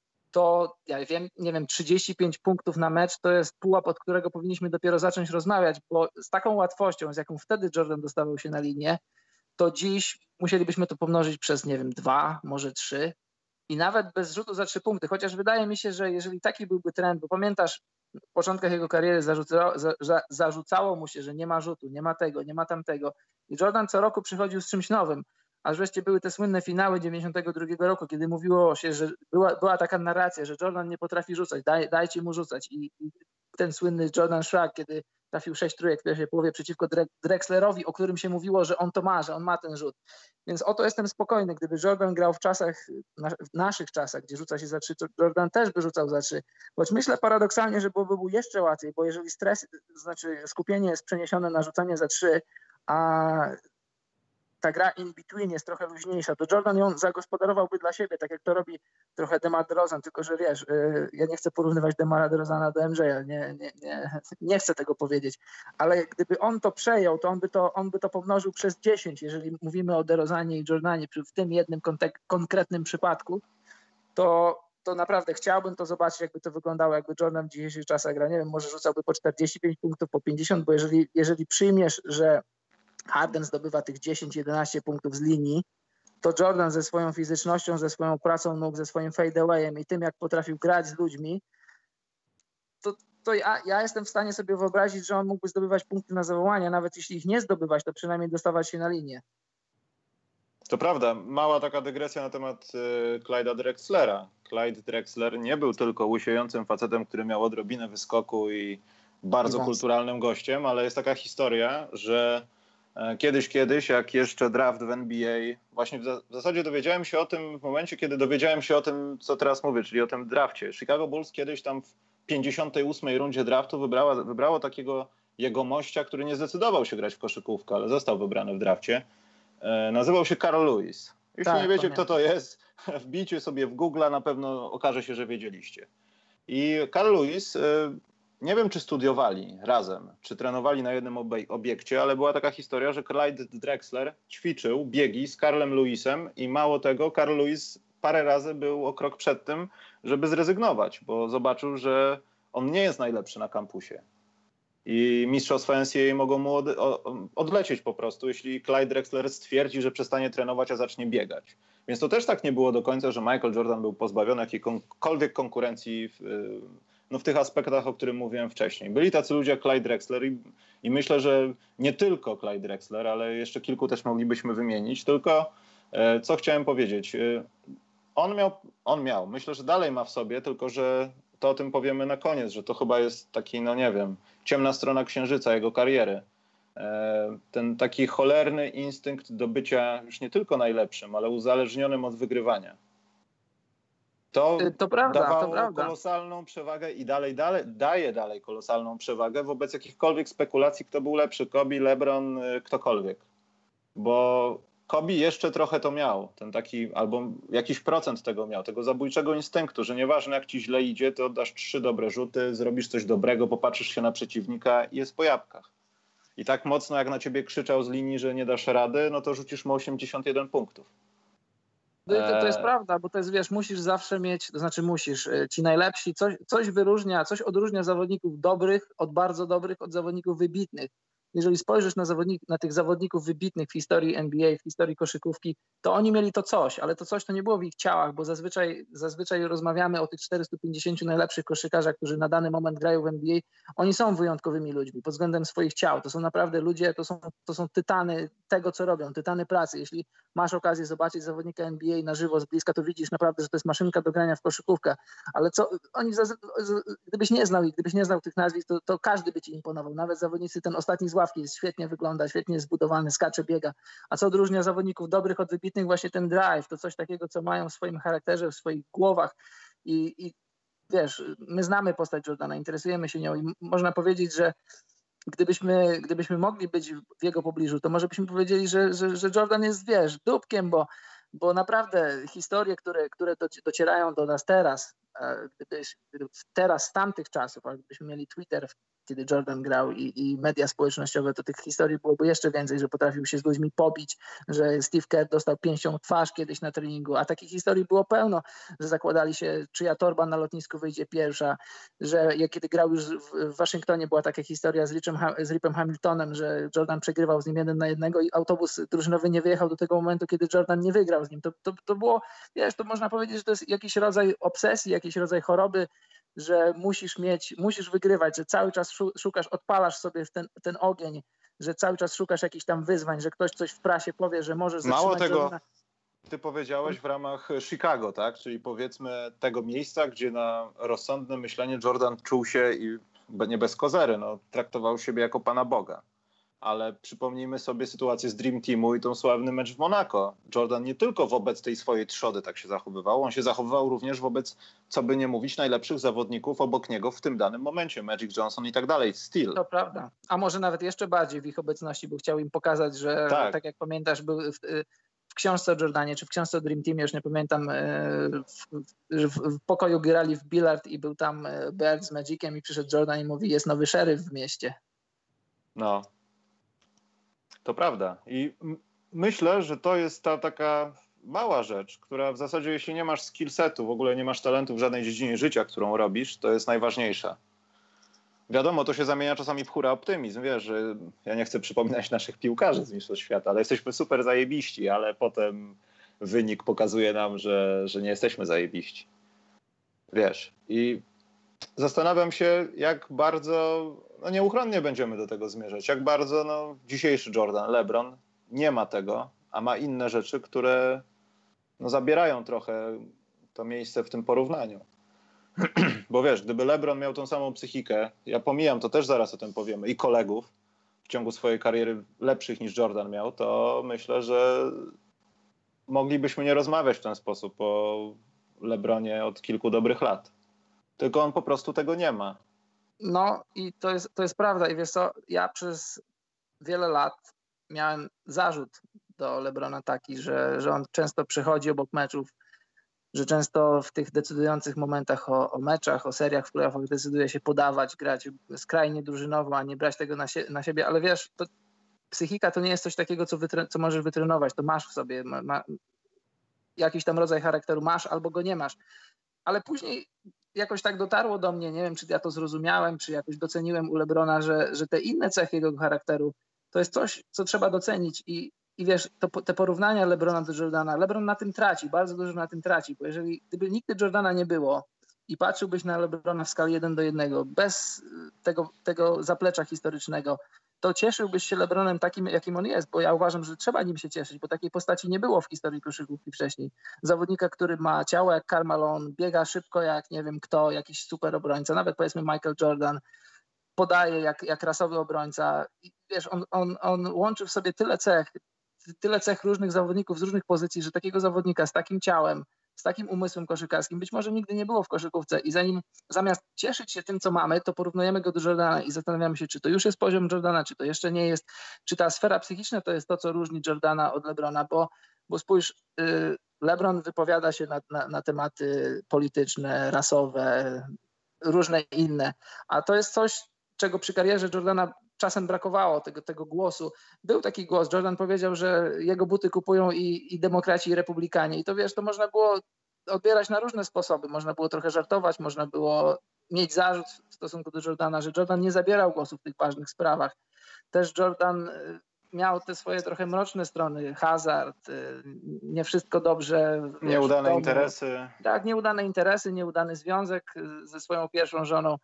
to ja wiem, nie wiem, trzydzieści pięć punktów na mecz to jest pułap, od którego powinniśmy dopiero zacząć rozmawiać, bo z taką łatwością, z jaką wtedy Jordan dostawał się na linię, to dziś musielibyśmy to pomnożyć przez, nie wiem, dwa, może trzy i nawet bez rzutu za trzy punkty, chociaż wydaje mi się, że jeżeli taki byłby trend, bo pamiętasz, w początkach jego kariery zarzucało, za, za, zarzucało mu się, że nie ma rzutu, nie ma tego, nie ma tamtego i Jordan co roku przychodził z czymś nowym. Aż wreszcie były te słynne finały dziewięćdziesiątego drugiego roku, kiedy mówiło się, że była, była taka narracja, że Jordan nie potrafi rzucać, daj, dajcie mu rzucać. I, i ten słynny Jordan Shrug, kiedy trafił sześć trójek w pierwszej połowie przeciwko Drexlerowi, o którym się mówiło, że on to ma, że on ma ten rzut. Więc o to jestem spokojny. Gdyby Jordan grał w czasach, w naszych czasach, gdzie rzuca się za trzy, to Jordan też by rzucał za trzy. Choć myślę paradoksalnie, że byłoby był jeszcze łatwiej, bo jeżeli stres, znaczy skupienie jest przeniesione na rzucanie za trzy, a ta gra in between jest trochę luźniejsza, to Jordan ją zagospodarowałby dla siebie, tak jak to robi trochę DeMar DeRozan, tylko że wiesz, yy, ja nie chcę porównywać DeMara DeRozana do M J, nie, nie, nie, nie chcę tego powiedzieć, ale gdyby on to przejął, to on by to, on by to pomnożył przez dziesięć, jeżeli mówimy o DeRozanie i Jordanie w tym jednym kontek- konkretnym przypadku, to, to naprawdę chciałbym to zobaczyć, jakby to wyglądało, jakby Jordan w dzisiejszych czasach gra, nie wiem, może rzucałby po czterdzieści pięć punktów, po pięćdziesiąt, bo jeżeli, jeżeli przyjmiesz, że Harden zdobywa tych dziesięć jedenaście punktów z linii, to Jordan ze swoją fizycznością, ze swoją pracą nóg, ze swoim fadeawayem i tym, jak potrafił grać z ludźmi, to, to ja, ja jestem w stanie sobie wyobrazić, że on mógłby zdobywać punkty na zawołanie, nawet jeśli ich nie zdobywać, to przynajmniej dostawać się na linię. To prawda. Mała taka dygresja na temat y, Clyde'a Drexlera. Clyde Drexler nie był tylko łysiejącym facetem, który miał odrobinę wyskoku i bardzo I kulturalnym gościem, ale jest taka historia, że Kiedyś, kiedyś, jak jeszcze draft w N B A, właśnie w, za- w zasadzie dowiedziałem się o tym w momencie, kiedy dowiedziałem się o tym, co teraz mówię, czyli o tym drafcie. Chicago Bulls kiedyś tam w pięćdziesiątej ósmej rundzie draftu wybrała, wybrało takiego jegomościa, który nie zdecydował się grać w koszykówkę, ale został wybrany w drafcie. E, nazywał się Carl Lewis. Jeśli Tak, nie wiecie, pamiętam. kto to jest, wbijcie sobie w Google, na pewno okaże się, że wiedzieliście. I Carl Lewis... E, Nie wiem, czy studiowali razem, czy trenowali na jednym obie- obiekcie, ale była taka historia, że Clyde Drexler ćwiczył biegi z Carlem Lewisem i mało tego, Carl Lewis parę razy był o krok przed tym, żeby zrezygnować, bo zobaczył, że on nie jest najlepszy na kampusie. I mistrzostwa N C A A mogą mu od, odlecieć po prostu, jeśli Clyde Drexler stwierdzi, że przestanie trenować, a zacznie biegać. Więc to też tak nie było do końca, że Michael Jordan był pozbawiony jakiejkolwiek konkurencji w, no w tych aspektach, o których mówiłem wcześniej. Byli tacy ludzie jak Clyde Drexler i, i myślę, że nie tylko Clyde Drexler, ale jeszcze kilku też moglibyśmy wymienić. Tylko e, co chciałem powiedzieć. E, on miał, on miał, myślę, że dalej ma w sobie, tylko że to o tym powiemy na koniec, że to chyba jest taki, no nie wiem, ciemna strona księżyca jego kariery. E, ten taki cholerny instynkt do bycia już nie tylko najlepszym, ale uzależnionym od wygrywania. To, To prawda, dawało to prawda. kolosalną przewagę i dalej, dalej daje dalej kolosalną przewagę wobec jakichkolwiek spekulacji, kto był lepszy, Kobe, LeBron, ktokolwiek. Bo Kobe jeszcze trochę to miał, ten taki, albo jakiś procent tego miał, tego zabójczego instynktu, że nieważne jak ci źle idzie, to dasz trzy dobre rzuty, zrobisz coś dobrego, popatrzysz się na przeciwnika i jest po jabłkach. I tak mocno jak na ciebie krzyczał z linii, że nie dasz rady, no to rzucisz mu osiemdziesiąt jeden punktów. To, to jest prawda, bo to jest, wiesz, musisz zawsze mieć, to znaczy musisz, ci najlepsi, coś, coś wyróżnia, coś odróżnia zawodników dobrych od bardzo dobrych, od zawodników wybitnych. Jeżeli spojrzysz na, zawodnik, na tych zawodników wybitnych w historii N B A, w historii koszykówki, to oni mieli to coś, ale to coś to nie było w ich ciałach, bo zazwyczaj, zazwyczaj rozmawiamy o tych czterystu pięćdziesięciu najlepszych koszykarzach, którzy na dany moment grają w N B A. Oni są wyjątkowymi ludźmi pod względem swoich ciał. To są naprawdę ludzie, to są, to są tytany tego, co robią, tytany pracy. Jeśli masz okazję zobaczyć zawodnika N B A na żywo z bliska, to widzisz naprawdę, że to jest maszynka do grania w koszykówkę. Ale co, oni, gdybyś nie znał ich, gdybyś nie znał tych nazwisk, to, to każdy by ci imponował. Nawet zawodnicy, ten ostatni z ławki jest świetnie wygląda, świetnie jest zbudowany, skacze, biega. A co odróżnia zawodników dobrych od wybitnych? Właśnie ten drive, to coś takiego, co mają w swoim charakterze, w swoich głowach. I, i wiesz, my znamy postać Jordana, interesujemy się nią i można powiedzieć, że gdybyśmy, gdybyśmy mogli być w jego pobliżu, to może byśmy powiedzieli, że, że, że Jordan jest, wiesz, dupkiem, bo, bo naprawdę historie, które, które docierają do nas teraz, gdybyś, teraz z tamtych czasów, a gdybyśmy mieli Twitter, kiedy Jordan grał i, i media społecznościowe, to tych historii byłoby jeszcze więcej, że potrafił się z ludźmi pobić, że Steve Kerr dostał pięścią w twarz kiedyś na treningu, a takich historii było pełno, że zakładali się, czyja torba na lotnisku wyjdzie pierwsza, że jak kiedy grał już w Waszyngtonie, była taka historia z, Richem, z Ripem Hamiltonem, że Jordan przegrywał z nim jeden na jednego i autobus drużynowy nie wyjechał do tego momentu, kiedy Jordan nie wygrał z nim. To, to, to było, wiesz, to można powiedzieć, że to jest jakiś rodzaj obsesji, jakiś rodzaj choroby, że musisz mieć, musisz wygrywać, że cały czas szukasz, odpalasz sobie w ten, ten ogień, że cały czas szukasz jakichś tam wyzwań, że ktoś coś w prasie powie, że możesz zatrzymać Mało tego, Jordana. Ty powiedziałeś w ramach Chicago, tak? Czyli powiedzmy tego miejsca, gdzie na rozsądne myślenie Jordan czuł się i nie bez kozery, no, traktował siebie jako Pana Boga. Ale przypomnijmy sobie sytuację z Dream Teamu i tą sławny mecz w Monako. Jordan nie tylko wobec tej swojej trzody tak się zachowywał, on się zachowywał również wobec, co by nie mówić, najlepszych zawodników obok niego w tym danym momencie. Magic Johnson i tak dalej, Steel. To prawda. A może nawet jeszcze bardziej w ich obecności, bo chciał im pokazać, że tak, tak jak pamiętasz, był w, w książce o Jordanie, czy w książce o Dream Teamie, już nie pamiętam, w, w, w pokoju grali w bilard i był tam Bird z Magiciem i przyszedł Jordan i mówi, jest nowy szeryf w mieście. No. To prawda. I myślę, że to jest ta taka mała rzecz, która w zasadzie, jeśli nie masz skillsetu, w ogóle nie masz talentu w żadnej dziedzinie życia, którą robisz, to jest najważniejsza. Wiadomo, to się zamienia czasami w hura optymizm, wiesz, że ja nie chcę przypominać naszych piłkarzy z Mistrzostw Świata, ale jesteśmy super zajebiści, ale potem wynik pokazuje nam, że, że nie jesteśmy zajebiści. Wiesz, i zastanawiam się, jak bardzo, no nieuchronnie będziemy do tego zmierzać, jak bardzo no, dzisiejszy Jordan, LeBron nie ma tego, a ma inne rzeczy, które no, zabierają trochę to miejsce w tym porównaniu. Bo wiesz, gdyby LeBron miał tą samą psychikę, ja pomijam, to też zaraz o tym powiemy, i kolegów w ciągu swojej kariery lepszych niż Jordan miał, to myślę, że moglibyśmy nie rozmawiać w ten sposób o LeBronie od kilku dobrych lat. Tylko on po prostu tego nie ma. No i to jest, to jest prawda. I wiesz co, ja przez wiele lat miałem zarzut do LeBrona taki, że, że on często przychodzi obok meczów, że często w tych decydujących momentach o, o meczach, o seriach, w których decyduje się podawać, grać skrajnie drużynowo, a nie brać tego na, sie, na siebie. Ale wiesz, to psychika to nie jest coś takiego, co, wytre, co możesz wytrenować. To masz w sobie. Ma, ma, jakiś tam rodzaj charakteru masz albo go nie masz. Ale później jakoś tak dotarło do mnie, nie wiem, czy ja to zrozumiałem, czy jakoś doceniłem u LeBrona, że, że te inne cechy jego charakteru to jest coś, co trzeba docenić i, i wiesz, to, te porównania LeBrona do Jordana, LeBron na tym traci, bardzo dużo na tym traci, bo jeżeli gdyby nigdy Jordana nie było i patrzyłbyś na LeBrona w skali jeden do jednego, bez tego, tego zaplecza historycznego, to cieszyłbyś się LeBronem takim, jakim on jest, bo ja uważam, że trzeba nim się cieszyć, bo takiej postaci nie było w historii koszykówki wcześniej. Zawodnika, który ma ciało jak Karl Malone, biega szybko jak nie wiem kto, jakiś super obrońca, nawet powiedzmy Michael Jordan, podaje jak, jak rasowy obrońca. I wiesz, on, on, on łączy w sobie tyle cech, tyle cech różnych zawodników z różnych pozycji, że takiego zawodnika z takim ciałem, z takim umysłem koszykarskim być może nigdy nie było w koszykówce i zanim zamiast cieszyć się tym, co mamy, to porównujemy go do Jordana i zastanawiamy się, czy to już jest poziom Jordana, czy to jeszcze nie jest, czy ta sfera psychiczna to jest to, co różni Jordana od LeBrona, bo, bo spójrz, yy, LeBron wypowiada się na, na, na tematy polityczne, rasowe, różne inne, a to jest coś, czego przy karierze Jordana czasem brakowało, tego, tego głosu. Był taki głos, Jordan powiedział, że jego buty kupują i, i demokraci, i republikanie. I to wiesz, to można było odbierać na różne sposoby. Można było trochę żartować, można było mieć zarzut w stosunku do Jordana, że Jordan nie zabierał głosu w tych ważnych sprawach. Też Jordan miał te swoje trochę mroczne strony, hazard, nie wszystko dobrze. Wiesz, nieudane interesy. Tak, nieudane interesy, nieudany związek ze swoją pierwszą żoną.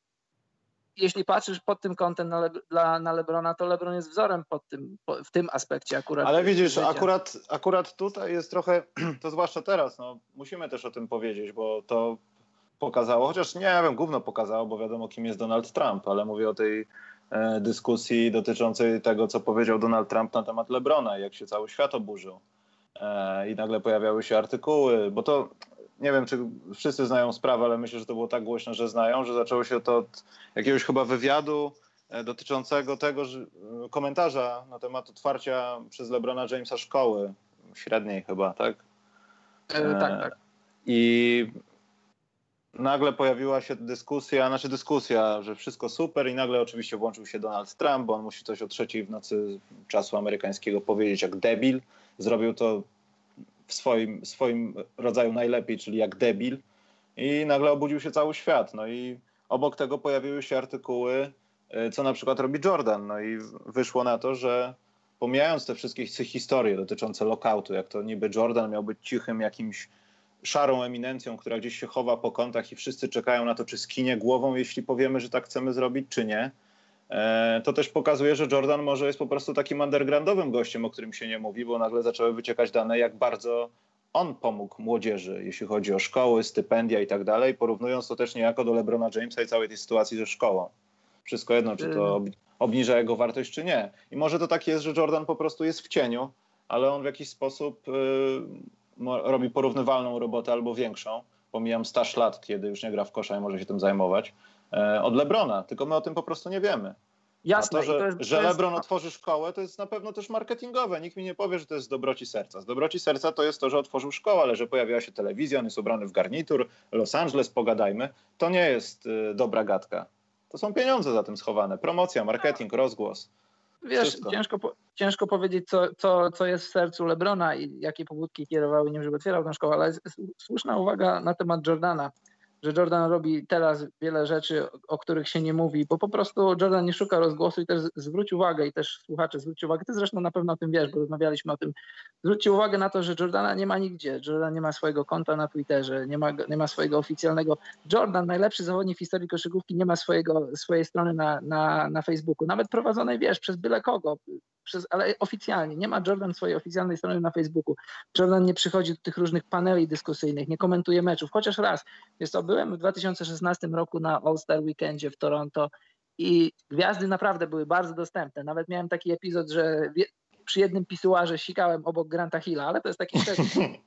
Jeśli patrzysz pod tym kątem na, Le, dla, na LeBrona, to LeBron jest wzorem pod tym, po, w tym aspekcie akurat. Ale widzisz, akurat, akurat tutaj jest trochę, to zwłaszcza teraz, no, musimy też o tym powiedzieć, bo to pokazało, chociaż nie wiem, gówno pokazało, bo wiadomo, kim jest Donald Trump, ale mówię o tej e, dyskusji dotyczącej tego, co powiedział Donald Trump na temat LeBrona, jak się cały świat oburzył. E, I nagle pojawiały się artykuły, bo to... Nie wiem, czy wszyscy znają sprawę, ale myślę, że to było tak głośno, że znają, że zaczęło się to od jakiegoś chyba wywiadu dotyczącego tego, że komentarza na temat otwarcia przez LeBrona Jamesa szkoły średniej chyba, tak? E, tak, tak. I nagle pojawiła się dyskusja, znaczy dyskusja, że wszystko super i nagle oczywiście włączył się Donald Trump, bo on musi coś o trzeciej w nocy czasu amerykańskiego powiedzieć jak debil. Zrobił to w swoim, swoim rodzaju najlepiej, czyli jak debil, i nagle obudził się cały świat. No i obok tego pojawiły się artykuły, co na przykład robi Jordan. No i wyszło na to, że pomijając te wszystkie historie dotyczące lockoutu, jak to niby Jordan miał być cichym jakimś szarą eminencją, która gdzieś się chowa po kątach i wszyscy czekają na to, czy skinie głową, jeśli powiemy, że tak chcemy zrobić, czy nie. To też pokazuje, że Jordan może jest po prostu takim undergroundowym gościem, o którym się nie mówi, bo nagle zaczęły wyciekać dane, jak bardzo on pomógł młodzieży, jeśli chodzi o szkoły, stypendia i tak dalej, porównując to też niejako do LeBrona Jamesa i całej tej sytuacji ze szkołą. Wszystko jedno, czy to obniża jego wartość, czy nie. I może to tak jest, że Jordan po prostu jest w cieniu, ale on w jakiś sposób yy, robi porównywalną robotę albo większą. Pomijam staż lat, kiedy już nie gra w kosza i może się tym zajmować, yy, od LeBrona. Tylko my o tym po prostu nie wiemy. Jasne. A to, że, to jest, że to jest... LeBron otworzy szkołę, to jest na pewno też marketingowe. Nikt mi nie powie, że to jest z dobroci serca. Z dobroci serca to jest to, że otworzył szkołę, ale że pojawiła się telewizja, on jest ubrany w garnitur, Los Angeles, pogadajmy. To nie jest y, dobra gadka. To są pieniądze za tym schowane. Promocja, marketing, rozgłos. Wiesz, ciężko, ciężko powiedzieć, co, co, co jest w sercu LeBrona i jakie pobudki kierowały nim, żeby otwierał tę szkołę, ale jest słuszna uwaga na temat Jordana, że Jordan robi teraz wiele rzeczy, o których się nie mówi, bo po prostu Jordan nie szuka rozgłosu i też zwróć uwagę, i też słuchacze, zwróćcie uwagę, ty zresztą na pewno o tym wiesz, bo rozmawialiśmy o tym, zwróćcie uwagę na to, że Jordana nie ma nigdzie, Jordan nie ma swojego konta na Twitterze, nie ma, nie ma swojego oficjalnego, Jordan, najlepszy zawodnik w historii koszykówki, nie ma swojego, swojej strony na, na, na Facebooku, nawet prowadzonej, wiesz, przez byle kogo, przez, ale oficjalnie, nie ma Jordan swojej oficjalnej strony na Facebooku, Jordan nie przychodzi do tych różnych paneli dyskusyjnych, nie komentuje meczów, chociaż raz, jest to, byłem w dwa tysiące szesnastym roku na All-Star Weekendzie w Toronto i gwiazdy naprawdę były bardzo dostępne. Nawet miałem taki epizod, że przy jednym pisuarze sikałem obok Granta Hilla, ale to jest taki szczegół.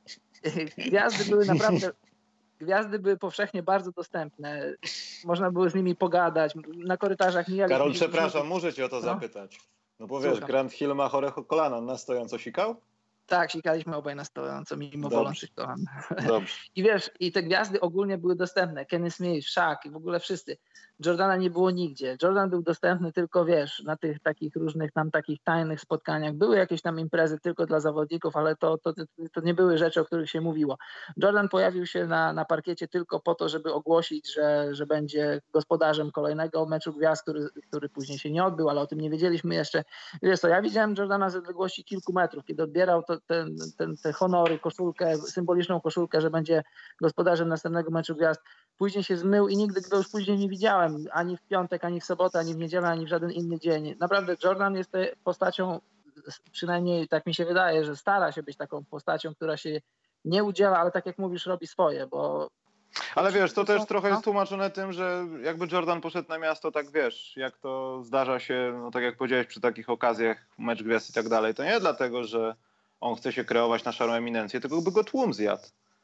Gwiazdy były naprawdę, gwiazdy były powszechnie bardzo dostępne. Można było z nimi pogadać. Na korytarzach mijali. Karol, przepraszam, muszę cię o to no? zapytać. No bo wiesz, Słucham. Grant Hill ma chorego kolana, on na stojąco sikał? Tak, sikaliśmy obaj na stojąco, mimo bolączek kolan. Dobrze. I wiesz, i te gwiazdy ogólnie były dostępne. Kenny Smith, Shaq i w ogóle wszyscy. Jordana nie było nigdzie. Jordan był dostępny tylko, wiesz, na tych takich różnych tam takich tajnych spotkaniach. Były jakieś tam imprezy tylko dla zawodników, ale to, to, to nie były rzeczy, o których się mówiło. Jordan pojawił się na, na parkiecie tylko po to, żeby ogłosić, że, że będzie gospodarzem kolejnego meczu gwiazd, który, który później się nie odbył, ale o tym nie wiedzieliśmy jeszcze. Wiesz co, ja widziałem Jordana z odległości kilku metrów, kiedy odbierał to, ten, ten, te honory, koszulkę, symboliczną koszulkę, że będzie gospodarzem następnego meczu gwiazd. Później się zmył i nigdy go już później nie widziałem, ani w piątek, ani w sobotę, ani w niedzielę, ani w żaden inny dzień. Naprawdę Jordan jest postacią, przynajmniej tak mi się wydaje, że stara się być taką postacią, która się nie udziela, ale tak jak mówisz, robi swoje, bo... Ale wiesz, to też trochę jest tłumaczone tym, że jakby Jordan poszedł na miasto, tak wiesz, jak to zdarza się, no tak jak powiedziałeś, przy takich okazjach, mecz gwiazd i tak dalej, to nie dlatego, że on chce się kreować na szarą eminencję, tylko by go tłum zjadł.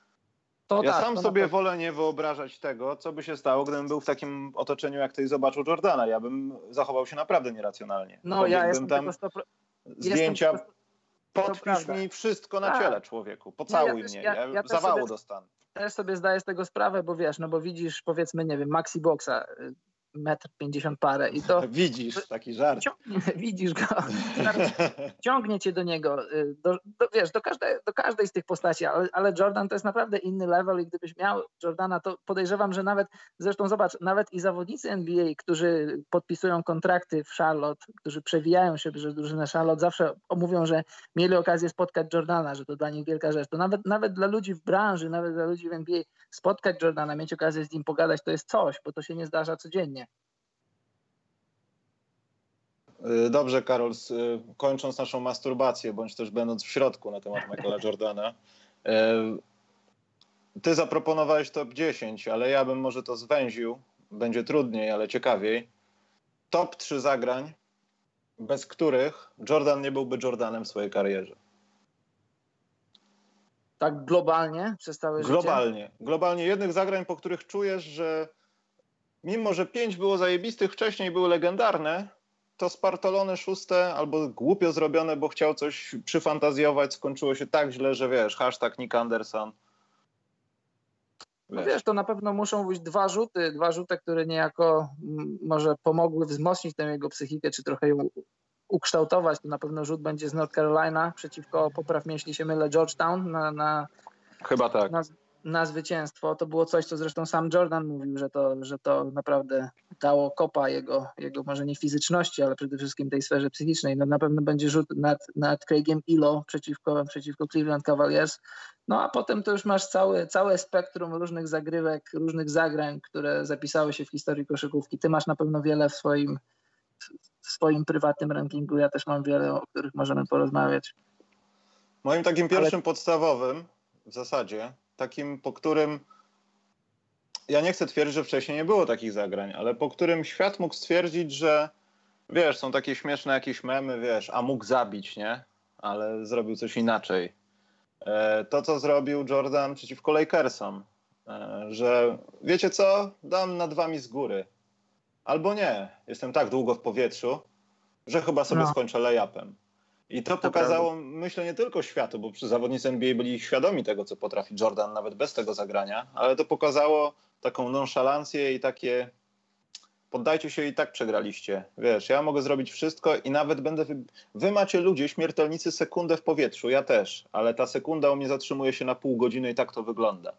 To ja tak, sam sobie wolę nie wyobrażać tego, co by się stało, gdybym był w takim otoczeniu, jak ty i zobaczył Jordana. Ja bym zachował się naprawdę nieracjonalnie. No ja jestem tam sto procent... zdjęcia, jestem podpisz mi wszystko na ciele, człowieku, pocałuj ja mnie, ja, ja, ja zawału sobie, dostanę. Też sobie zdaję z tego sprawę, bo wiesz, no bo widzisz, powiedzmy, nie wiem, Maxi Boxa, metr pięćdziesiąt parę i to... Widzisz, taki żart. Ciągnie, widzisz go, ciągnie cię do niego, do, do, wiesz, do każdej, do każdej z tych postaci, ale, ale Jordan to jest naprawdę inny level i gdybyś miał Jordana, to podejrzewam, że nawet, zresztą zobacz, nawet i zawodnicy N B A, którzy podpisują kontrakty w Charlotte, którzy przewijają się przez drużynę Charlotte, zawsze mówią, że mieli okazję spotkać Jordana, że to dla nich wielka rzecz. To nawet, nawet dla ludzi w branży, nawet dla ludzi w N B A spotkać Jordana, mieć okazję z nim pogadać, to jest coś, bo to się nie zdarza codziennie. Dobrze, Karol, kończąc naszą masturbację, bądź też będąc w środku na temat Michaela Jordana, ty zaproponowałeś top dziesięć, ale ja bym może to zwęził, będzie trudniej, ale ciekawiej. Top trzy zagrań, bez których Jordan nie byłby Jordanem w swojej karierze. Tak globalnie przez całe życie? Globalnie. Globalnie jednych zagrań, po których czujesz, że mimo, że pięć było zajebistych wcześniej, były legendarne, to spartolone szóste albo głupio zrobione, bo chciał coś przyfantazjować, skończyło się tak źle, że wiesz, hashtag Nick Anderson. Wiesz. No wiesz, to na pewno muszą być dwa rzuty, dwa rzuty, które niejako m, może pomogły wzmocnić tę jego psychikę, czy trochę ją ukształtować. To na pewno rzut będzie z North Carolina przeciwko, popraw mnie, jeśli się mylę, Georgetown na, na, Chyba tak. na, na zwycięstwo. To było coś, co zresztą sam Jordan mówił, że to, że to naprawdę dało kopa jego, jego może nie fizyczności, ale przede wszystkim tej sferze psychicznej. No, na pewno będzie rzut nad, nad Craigiem Ilo przeciwko, przeciwko Cleveland Cavaliers. No a potem to już masz całe, całe spektrum różnych zagrywek, różnych zagrań, które zapisały się w historii koszykówki. Ty masz na pewno wiele w swoim, w swoim prywatnym rankingu. Ja też mam wiele, o których możemy porozmawiać. Moim takim pierwszym ale... podstawowym w zasadzie, takim, po którym ja nie chcę twierdzić, że wcześniej nie było takich zagrań, ale po którym świat mógł stwierdzić, że wiesz, są takie śmieszne jakieś memy, wiesz, a mógł zabić, nie? Ale zrobił coś inaczej. To, co zrobił Jordan przeciwko Lakersom, że wiecie co, dam nad wami z góry. Albo nie, jestem tak długo w powietrzu, że chyba sobie no. skończę lay-upem. I to, to pokazało, prawda. Myślę, nie tylko światu, bo przy zawodnicy N B A byli świadomi tego, co potrafi Jordan nawet bez tego zagrania, ale to pokazało taką nonszalancję i takie poddajcie się i tak przegraliście. Wiesz, ja mogę zrobić wszystko i nawet będę... Wy, wy macie ludzie, śmiertelnicy, sekundę w powietrzu, ja też, ale ta sekunda u mnie zatrzymuje się na pół godziny i tak to wygląda.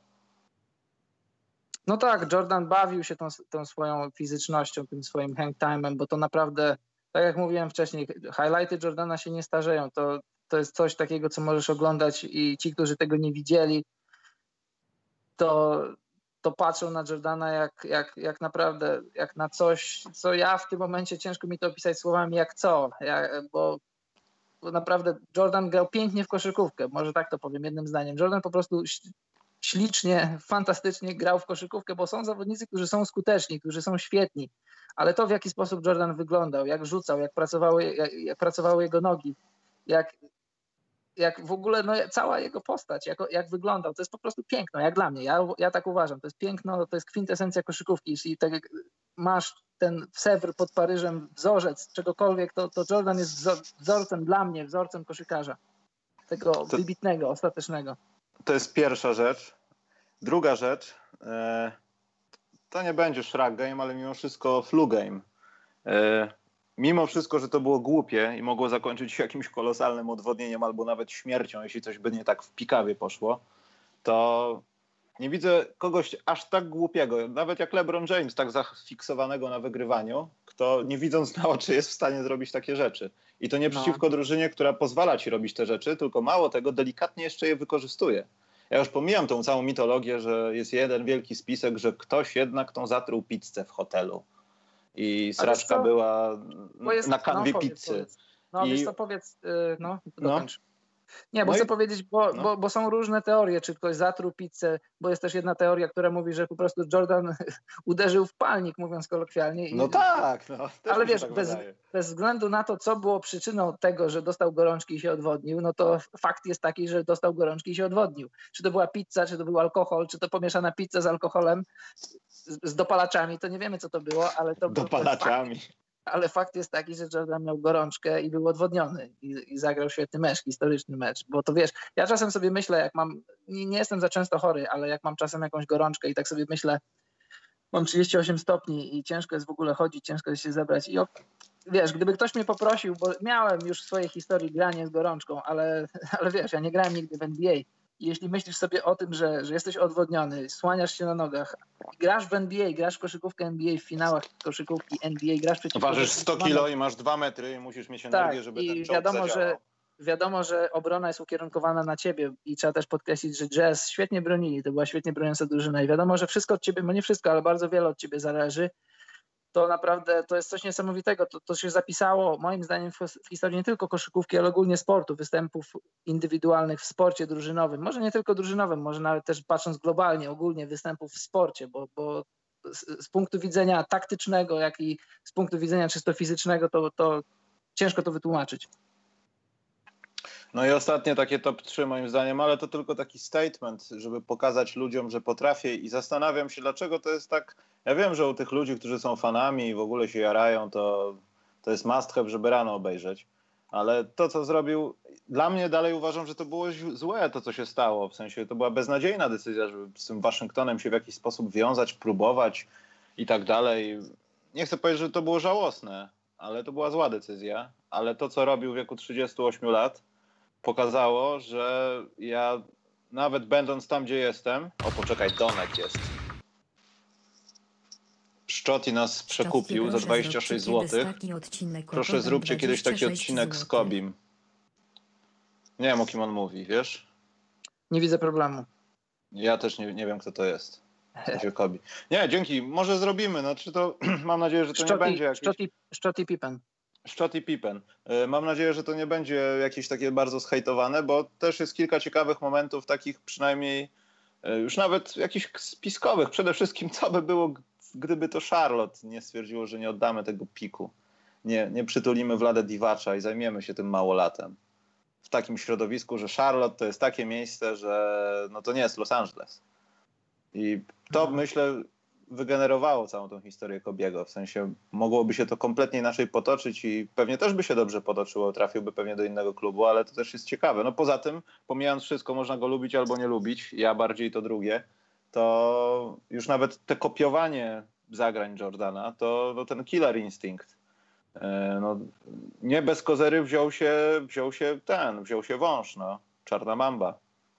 No tak, Jordan bawił się tą, tą swoją fizycznością, tym swoim hang time'em, bo to naprawdę, tak jak mówiłem wcześniej, highlighty Jordana się nie starzeją. To, to jest coś takiego, co możesz oglądać i ci, którzy tego nie widzieli, to, to patrzą na Jordana jak, jak, jak naprawdę, jak na coś, co ja w tym momencie ciężko mi to opisać słowami jak co, ja, bo, bo naprawdę Jordan grał pięknie w koszykówkę, może tak to powiem jednym zdaniem. Jordan po prostu ślicznie, fantastycznie grał w koszykówkę, bo są zawodnicy, którzy są skuteczni, którzy są świetni, ale to, w jaki sposób Jordan wyglądał, jak rzucał, jak pracowały, jak, jak pracowały jego nogi, jak, jak w ogóle no, cała jego postać, jak, jak wyglądał, to jest po prostu piękno, jak dla mnie. Ja, ja tak uważam, to jest piękno, to jest kwintesencja koszykówki. Jeśli tak jak masz ten Sewr pod Paryżem, wzorzec czegokolwiek, to, to Jordan jest wzorcem dla mnie, wzorcem koszykarza. Tego to... wybitnego, ostatecznego. To jest pierwsza rzecz. Druga rzecz, e, to nie będzie shrug game, ale mimo wszystko flu game. E, mimo wszystko, że to było głupie i mogło zakończyć się jakimś kolosalnym odwodnieniem albo nawet śmiercią, jeśli coś by nie tak w pikawie poszło, to nie widzę kogoś aż tak głupiego, nawet jak LeBron James, tak zafiksowanego na wygrywaniu, kto nie widząc na oczy jest w stanie zrobić takie rzeczy. I to nie przeciwko no. drużynie, która pozwala ci robić te rzeczy, tylko mało tego, delikatnie jeszcze je wykorzystuje. Ja już pomijam tą całą mitologię, że jest jeden wielki spisek, że ktoś jednak tą zatruł pizzę w hotelu i sraczka była jest, na kanwie no, pizzy. Powiedz. No I... wiesz co, powiedz, yy, no, dokończ. No. Nie, bo no chcę i... powiedzieć, bo, no. bo, bo są różne teorie, czy ktoś zatruł pizzę, bo jest też jedna teoria, która mówi, że po prostu Jordan uderzył w palnik, mówiąc kolokwialnie. I... No tak, no. Też ale wiesz, tak bez, bez względu na to, co było przyczyną tego, że dostał gorączki i się odwodnił, no to fakt jest taki, że dostał gorączki i się odwodnił. Czy to była pizza, czy to był alkohol, czy to pomieszana pizza z alkoholem, z, z dopalaczami, to nie wiemy, co to było, ale to dopalaczami. Ale fakt jest taki, że Jordan miał gorączkę i był odwodniony i, i zagrał świetny mecz, historyczny mecz, bo to wiesz, ja czasem sobie myślę, jak mam, nie, nie jestem za często chory, ale jak mam czasem jakąś gorączkę i tak sobie myślę, mam trzydzieści osiem stopni i ciężko jest w ogóle chodzić, ciężko jest się zebrać i wiesz, gdyby ktoś mnie poprosił, bo miałem już w swojej historii granie z gorączką, ale, ale wiesz, ja nie grałem nigdy w N B A. I jeśli myślisz sobie o tym, że, że jesteś odwodniony, słaniasz się na nogach, grasz w N B A, grasz w koszykówkę N B A w finałach koszykówki N B A, grasz przeciwko... Ważysz sto kilo i masz dwa metry i musisz mieć energię, tak, żeby i ten czołg wiadomo, zadziałał. że wiadomo, że obrona jest ukierunkowana na ciebie i trzeba też podkreślić, że Jazz świetnie bronili, to była świetnie broniąca drużyna i wiadomo, że wszystko od ciebie, no nie wszystko, ale bardzo wiele od ciebie zależy. To naprawdę, to jest coś niesamowitego. To, to się zapisało moim zdaniem w, w historii nie tylko koszykówki, ale ogólnie sportu, występów indywidualnych w sporcie drużynowym. Może nie tylko drużynowym, może nawet też patrząc globalnie, ogólnie występów w sporcie, bo, bo z, z punktu widzenia taktycznego, jak i z punktu widzenia czysto fizycznego, to, to ciężko to wytłumaczyć. No i ostatnie takie top trzy moim zdaniem, ale to tylko taki statement, żeby pokazać ludziom, że potrafię i zastanawiam się, dlaczego to jest tak. Ja wiem, że u tych ludzi, którzy są fanami i w ogóle się jarają, to, to jest must have, żeby rano obejrzeć. Ale to, co zrobił, dla mnie dalej uważam, że to było złe to, co się stało. W sensie to była beznadziejna decyzja, żeby z tym Waszyngtonem się w jakiś sposób wiązać, próbować i tak dalej. Nie chcę powiedzieć, że to było żałosne, ale to była zła decyzja. Ale to, co robił w wieku trzydziestu ośmiu lat, pokazało, że ja nawet będąc tam, gdzie jestem... O, poczekaj, Donek jest. Szczoti nas przekupił za dwadzieścia sześć złotych. Proszę, zróbcie kiedyś taki odcinek z Kobim. Nie wiem, o kim on mówi, wiesz? Nie widzę problemu. Ja też nie, nie wiem, kto to jest. W sensie Kobi. Nie, dzięki. Może zrobimy. Znaczy to, mam nadzieję, że to Szczoti, nie będzie jakiś... Szczoti, Szczoti Pippen. Scottie Pippen. Mam nadzieję, że to nie będzie jakieś takie bardzo zhejtowane, bo też jest kilka ciekawych momentów, takich przynajmniej już nawet jakichś spiskowych. Przede wszystkim, co by było, gdyby to Charlotte nie stwierdziło, że nie oddamy tego piku. Nie, nie przytulimy Vlade Divacza i zajmiemy się tym małolatem. W takim środowisku, że Charlotte to jest takie miejsce, że no to nie jest Los Angeles. I to, no. myślę, wygenerowało całą tą historię Kobiego. W sensie mogłoby się to kompletnie inaczej potoczyć i pewnie też by się dobrze potoczyło, trafiłby pewnie do innego klubu, ale to też jest ciekawe. No poza tym, pomijając wszystko, można go lubić albo nie lubić, ja bardziej to drugie, to już nawet te kopiowanie zagrań Jordana, to, to ten killer instynkt. No, nie bez kozery wziął się, wziął się ten, wziął się wąż, no, czarna mamba.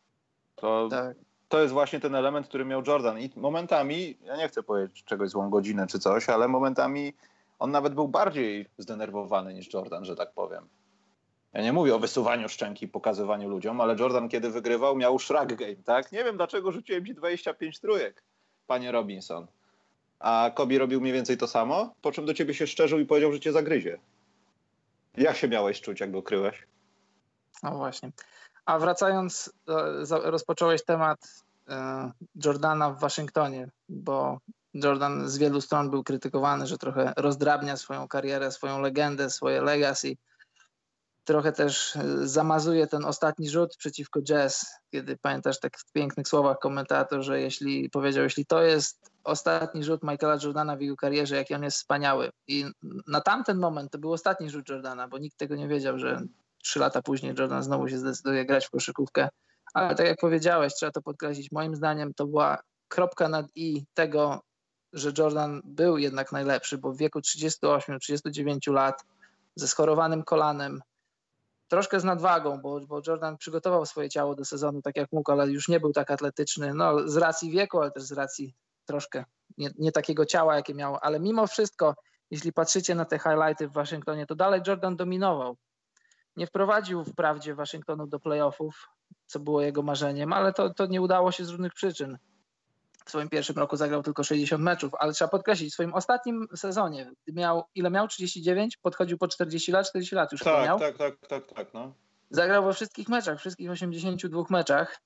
To, tak. to jest właśnie ten element, który miał Jordan i momentami, ja nie chcę powiedzieć czegoś złą godzinę czy coś, ale momentami on nawet był bardziej zdenerwowany niż Jordan, że tak powiem. Ja nie mówię o wysuwaniu szczęki, pokazywaniu ludziom, ale Jordan kiedy wygrywał miał shrug game, tak? Nie wiem dlaczego rzuciłem ci dwadzieścia pięć trójek, panie Robinson. A Kobe robił mniej więcej to samo, po czym do ciebie się szczerzył i powiedział, że cię zagryzie. Jak się miałeś czuć, jak go kryłeś? No właśnie. A wracając, rozpocząłeś temat Jordana w Waszyngtonie, bo Jordan z wielu stron był krytykowany, że trochę rozdrabnia swoją karierę, swoją legendę, swoje legacy. Trochę też zamazuje ten ostatni rzut przeciwko Jazz, kiedy pamiętasz tak w pięknych słowach komentator, że jeśli powiedział, jeśli to jest ostatni rzut Michaela Jordana w jego karierze, jaki on jest wspaniały. I na tamten moment to był ostatni rzut Jordana, bo nikt tego nie wiedział, że trzy lata później Jordan znowu się zdecyduje grać w koszykówkę. Ale tak jak powiedziałeś, trzeba to podkreślić, moim zdaniem to była kropka nad i tego, że Jordan był jednak najlepszy, bo w wieku trzydziestu ośmiu trzydziestu dziewięciu lat ze schorowanym kolanem, troszkę z nadwagą, bo, bo Jordan przygotował swoje ciało do sezonu tak jak mógł, ale już nie był tak atletyczny, no z racji wieku, ale też z racji troszkę nie, nie takiego ciała, jakie miał, ale mimo wszystko, jeśli patrzycie na te highlighty w Waszyngtonie, to dalej Jordan dominował. Nie wprowadził wprawdzie Waszyngtonu do playoffów, co było jego marzeniem, ale to, to nie udało się z różnych przyczyn. W swoim pierwszym roku zagrał tylko sześćdziesiąt meczów, ale trzeba podkreślić, w swoim ostatnim sezonie, miał, ile miał? trzydzieści dziewięć? Podchodził po czterdzieści lat, czterdzieści lat już tak, chyba miał. Tak, tak, tak, tak, no. Zagrał we wszystkich meczach, wszystkich osiemdziesięciu dwóch meczach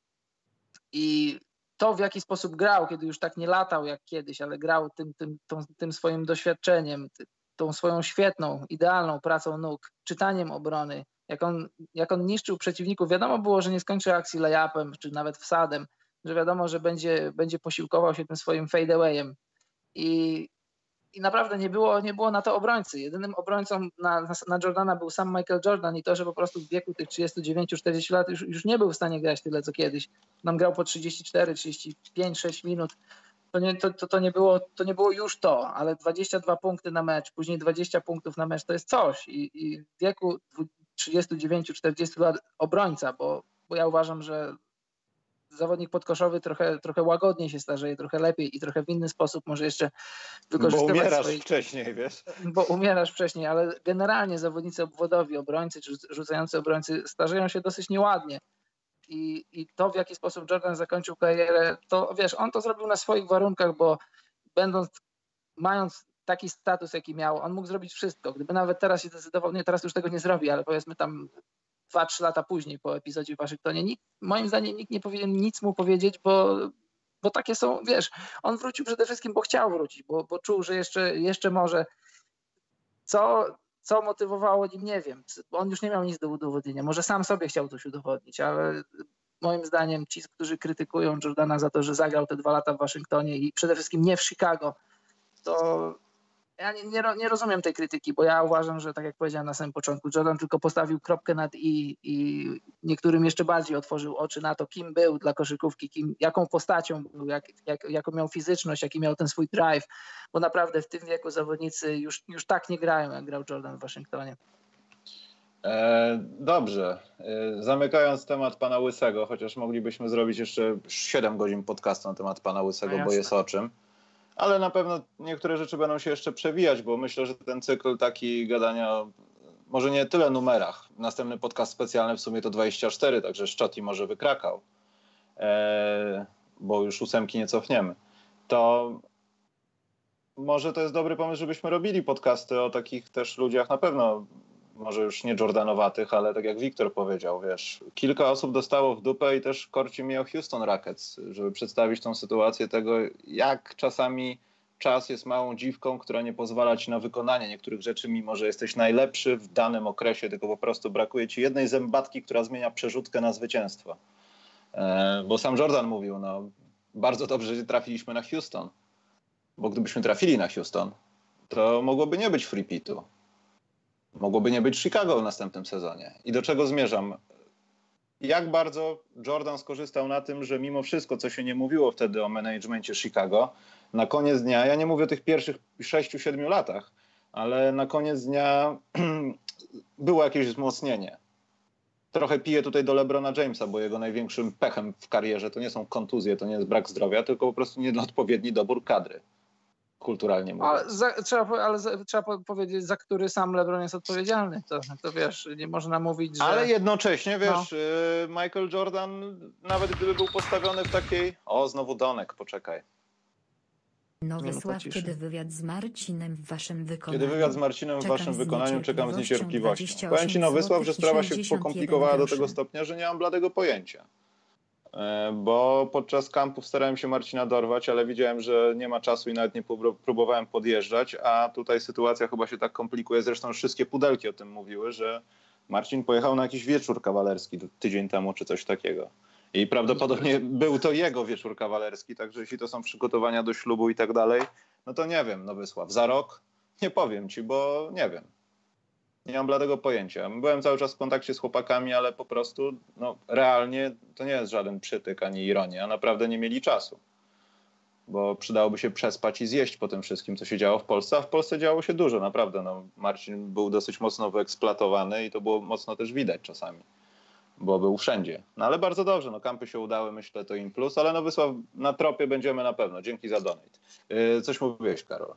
i to, w jaki sposób grał, kiedy już tak nie latał jak kiedyś, ale grał tym, tym, tą, tym swoim doświadczeniem, tą swoją świetną, idealną pracą nóg, czytaniem obrony, jak on, jak on niszczył przeciwników. Wiadomo było, że nie skończy akcji lay-upem, czy nawet wsadem, że wiadomo, że będzie, będzie posiłkował się tym swoim fadeawayem. I, i naprawdę nie było, nie było na to obrońcy. Jedynym obrońcą na, na, na Jordana był sam Michael Jordan i to, że po prostu w wieku tych trzydziestu dziewięciu czterdziestu lat już, już nie był w stanie grać tyle, co kiedyś. Nam grał po trzydzieści cztery, trzydzieści pięć, sześć minut. To nie, to, to, to, nie było, to nie było już to, ale dwadzieścia dwa punkty na mecz, później dwadzieścia punktów na mecz, to jest coś. I, i w wieku trzydziestu dziewięciu czterdziestu lat obrońca, bo, bo ja uważam, że zawodnik podkoszowy trochę, trochę łagodniej się starzeje, trochę lepiej i trochę w inny sposób może jeszcze wykorzystywać. Bo umierasz swoich... wcześniej, wiesz? Bo umierasz wcześniej, ale generalnie zawodnicy obwodowi, obrońcy czy rzucający obrońcy starzeją się dosyć nieładnie. I, I to, w jaki sposób Jordan zakończył karierę, to wiesz, on to zrobił na swoich warunkach, bo będąc, mając taki status, jaki miał, on mógł zrobić wszystko. Gdyby nawet teraz się zdecydował, nie, teraz już tego nie zrobi, ale powiedzmy tam dwa, trzy lata później po epizodzie w Waszyngtonie, nikt, moim zdaniem nikt nie powinien nic mu powiedzieć, bo, bo takie są, wiesz, on wrócił przede wszystkim, bo chciał wrócić, bo, bo czuł, że jeszcze, jeszcze może. Co, co motywowało nim, nie wiem. On już nie miał nic do udowodnienia. Może sam sobie chciał coś udowodnić, ale moim zdaniem ci, którzy krytykują Jordana za to, że zagrał te dwa lata w Waszyngtonie i przede wszystkim nie w Chicago, to ja nie, nie, nie rozumiem tej krytyki, bo ja uważam, że tak jak powiedziałem na samym początku, Jordan tylko postawił kropkę nad i i niektórym jeszcze bardziej otworzył oczy na to, kim był dla koszykówki, kim, jaką postacią był, jak, jak, jaką miał fizyczność, jaki miał ten swój drive, bo naprawdę w tym wieku zawodnicy już, już tak nie grają, jak grał Jordan w Waszyngtonie. E, dobrze. E, zamykając temat pana Łysego, chociaż moglibyśmy zrobić jeszcze siedem godzin podcastu na temat pana Łysego, no bo jest o czym. Ale na pewno niektóre rzeczy będą się jeszcze przewijać, bo myślę, że ten cykl taki gadania, może nie tyle numerach. Następny podcast specjalny w sumie to dwadzieścia cztery, także Szczoti może wykrakał, e, bo już ósemki nie cofniemy. To może to jest dobry pomysł, żebyśmy robili podcasty o takich też ludziach na pewno, może już nie Jordanowatych, ale tak jak Wiktor powiedział, wiesz, kilka osób dostało w dupę i też korci mnie o Houston Rockets, żeby przedstawić tą sytuację tego, jak czasami czas jest małą dziwką, która nie pozwala ci na wykonanie niektórych rzeczy, mimo że jesteś najlepszy w danym okresie, tylko po prostu brakuje ci jednej zębatki, która zmienia przerzutkę na zwycięstwo. E, bo sam Jordan mówił, no bardzo dobrze, że trafiliśmy na Houston, bo gdybyśmy trafili na Houston, to mogłoby nie być free pitu. Mogłoby nie być Chicago w następnym sezonie. I do czego zmierzam? Jak bardzo Jordan skorzystał na tym, że mimo wszystko, co się nie mówiło wtedy o managemencie Chicago, na koniec dnia, ja nie mówię o tych pierwszych sześciu, siedmiu latach, ale na koniec dnia było jakieś wzmocnienie. Trochę piję tutaj do LeBrona Jamesa, bo jego największym pechem w karierze to nie są kontuzje, to nie jest brak zdrowia, tylko po prostu nieodpowiedni dobór kadry. Kulturalnie mówiąc. Ale, za, trzeba, ale za, trzeba powiedzieć, za który sam LeBron jest odpowiedzialny. To, to wiesz, nie można mówić, że... Ale jednocześnie, wiesz, no. Michael Jordan, nawet gdyby był postawiony w takiej... O, znowu Donek, poczekaj. Nowysław, kiedy wywiad z Marcinem w waszym wykonaniu? Kiedy wywiad z Marcinem w waszym wykonaniu czekam z niecierpliwością. Powiem ci, Nowysław, że sprawa się pokomplikowała do tego stopnia, że nie mam bladego pojęcia. Bo podczas kampów starałem się Marcina dorwać, ale widziałem, że nie ma czasu i nawet nie próbowałem podjeżdżać, a tutaj sytuacja chyba się tak komplikuje. Zresztą wszystkie pudelki o tym mówiły, że Marcin pojechał na jakiś wieczór kawalerski tydzień temu czy coś takiego. I prawdopodobnie był to jego wieczór kawalerski, także jeśli to są przygotowania do ślubu i tak dalej, no to nie wiem, Nowysław, za rok? Nie powiem ci, bo nie wiem. Nie mam bladego pojęcia. Byłem cały czas w kontakcie z chłopakami, ale po prostu no, realnie to nie jest żaden przytyk ani ironia. Naprawdę nie mieli czasu. Bo przydałoby się przespać i zjeść po tym wszystkim, co się działo w Polsce. A w Polsce działo się dużo, naprawdę. No, Marcin był dosyć mocno wyeksploatowany i to było mocno też widać czasami. Bo był wszędzie. No ale bardzo dobrze. No, kampy się udały, myślę, to im plus. Ale no Wysław, na tropie będziemy na pewno. Dzięki za donate. Yy, coś mówiłeś, Karol?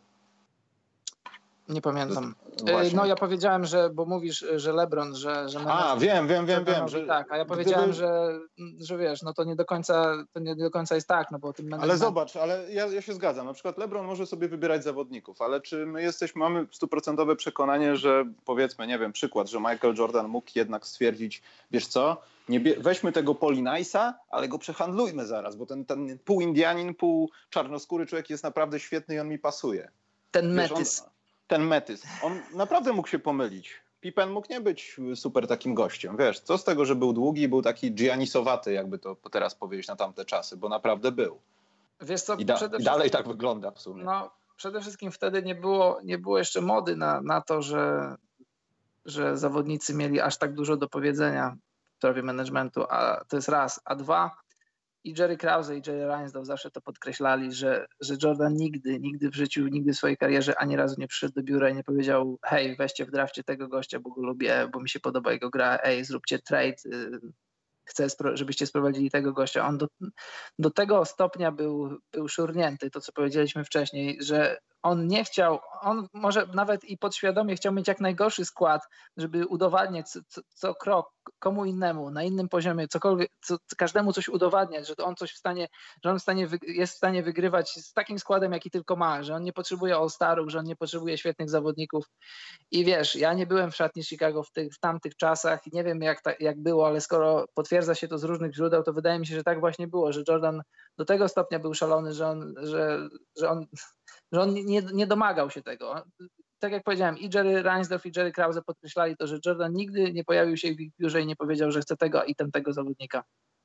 Nie pamiętam. Właśnie. No ja powiedziałem, że, bo mówisz, że LeBron, że... że a, wiem, wiem, wiem, wiem. Że, tak, a ja powiedziałem, gdyby... że, że wiesz, no to nie do końca, to nie do końca jest tak, no bo o tym management... Ale zobacz, ale ja, ja się zgadzam. Na przykład LeBron może sobie wybierać zawodników, ale czy my jesteśmy, mamy stuprocentowe przekonanie, że powiedzmy, nie wiem, przykład, że Michael Jordan mógł jednak stwierdzić, wiesz co, nie bie... weźmy tego Polinajsa, ale go przehandlujmy zaraz, bo ten, ten pół Indianin, pół czarnoskóry człowiek jest naprawdę świetny i on mi pasuje. Ten wiesz, Metys. On... Ten Metys. On naprawdę mógł się pomylić. Pippen mógł nie być super takim gościem. Wiesz, co z tego, że był długi i był taki Giannisowaty, jakby to teraz powiedzieć na tamte czasy, bo naprawdę był. Wiesz co, I, da, i dalej tak wygląda w sumie. No, przede wszystkim wtedy nie było, nie było jeszcze mody na, na to, że, że zawodnicy mieli aż tak dużo do powiedzenia w sprawie managementu, a to jest raz. A dwa, i Jerry Krause i Jerry Reinsdorf zawsze to podkreślali, że, że Jordan nigdy, nigdy w życiu, nigdy w swojej karierze ani razu nie przyszedł do biura i nie powiedział: hej, weźcie w drafcie tego gościa, bo go lubię, bo mi się podoba jego gra, ej, zróbcie trade, chcę, żebyście sprowadzili tego gościa. On do, do tego stopnia był, był szurnięty, to co powiedzieliśmy wcześniej, że on nie chciał, on może nawet i podświadomie chciał mieć jak najgorszy skład, żeby udowadniać co, co, co krok komu innemu, na innym poziomie, cokolwiek, co, każdemu coś udowadniać, że to on coś w stanie, że on w stanie, jest w stanie wygrywać z takim składem, jaki tylko ma, że on nie potrzebuje all-starów, że on nie potrzebuje świetnych zawodników. I wiesz, ja nie byłem w szatni Chicago w, tych, w tamtych czasach i nie wiem jak, ta, jak było, ale skoro potwierdza się to z różnych źródeł, to wydaje mi się, że tak właśnie było, że Jordan do tego stopnia był szalony, że on, że, że on że on nie, nie domagał się tego. Tak jak powiedziałem, i Jerry Reinsdorf i Jerry Krause podkreślali to, że Jordan nigdy nie pojawił się w ich biurze i nie powiedział, że chce tego i tamtego zawodnika.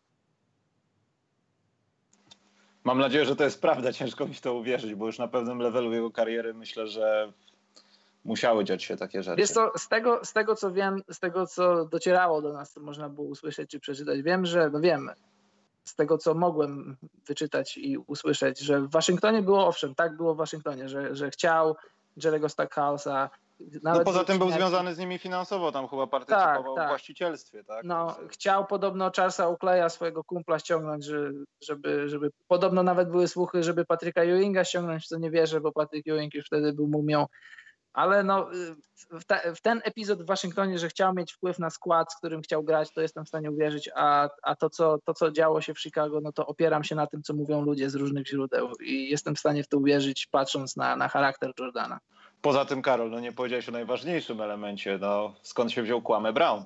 Mam nadzieję, że to jest prawda. Ciężko mi w to uwierzyć, bo już na pewnym levelu jego kariery myślę, że musiały dziać się takie rzeczy. Wiesz co, z tego, z tego co wiem, z tego co docierało do nas, co można było usłyszeć czy przeczytać, wiem, że, no wiem, z tego, co mogłem wyczytać i usłyszeć, że w Waszyngtonie było, owszem, tak było w Waszyngtonie, że, że chciał Jerry'ego Stackhouse'a. No poza tym był związany z nimi finansowo, tam chyba partycypował tak, tak. w właścicielstwie. Tak? No, Więc... Chciał podobno Charlesa Oakleya, swojego kumpla, ściągnąć, że, żeby, żeby, podobno nawet były słuchy, żeby Patryka Ewinga ściągnąć, w co nie wierzę, bo Patryk Ewing już wtedy był mumią, Ale no, w, te, w ten epizod w Waszyngtonie, że chciał mieć wpływ na skład, z którym chciał grać, to jestem w stanie uwierzyć, a, a to, co, to, co działo się w Chicago, no to opieram się na tym, co mówią ludzie z różnych źródeł i jestem w stanie w to uwierzyć, patrząc na, na charakter Jordana. Poza tym, Karol, no nie powiedziałeś o najważniejszym elemencie, no skąd się wziął Kwame Brown?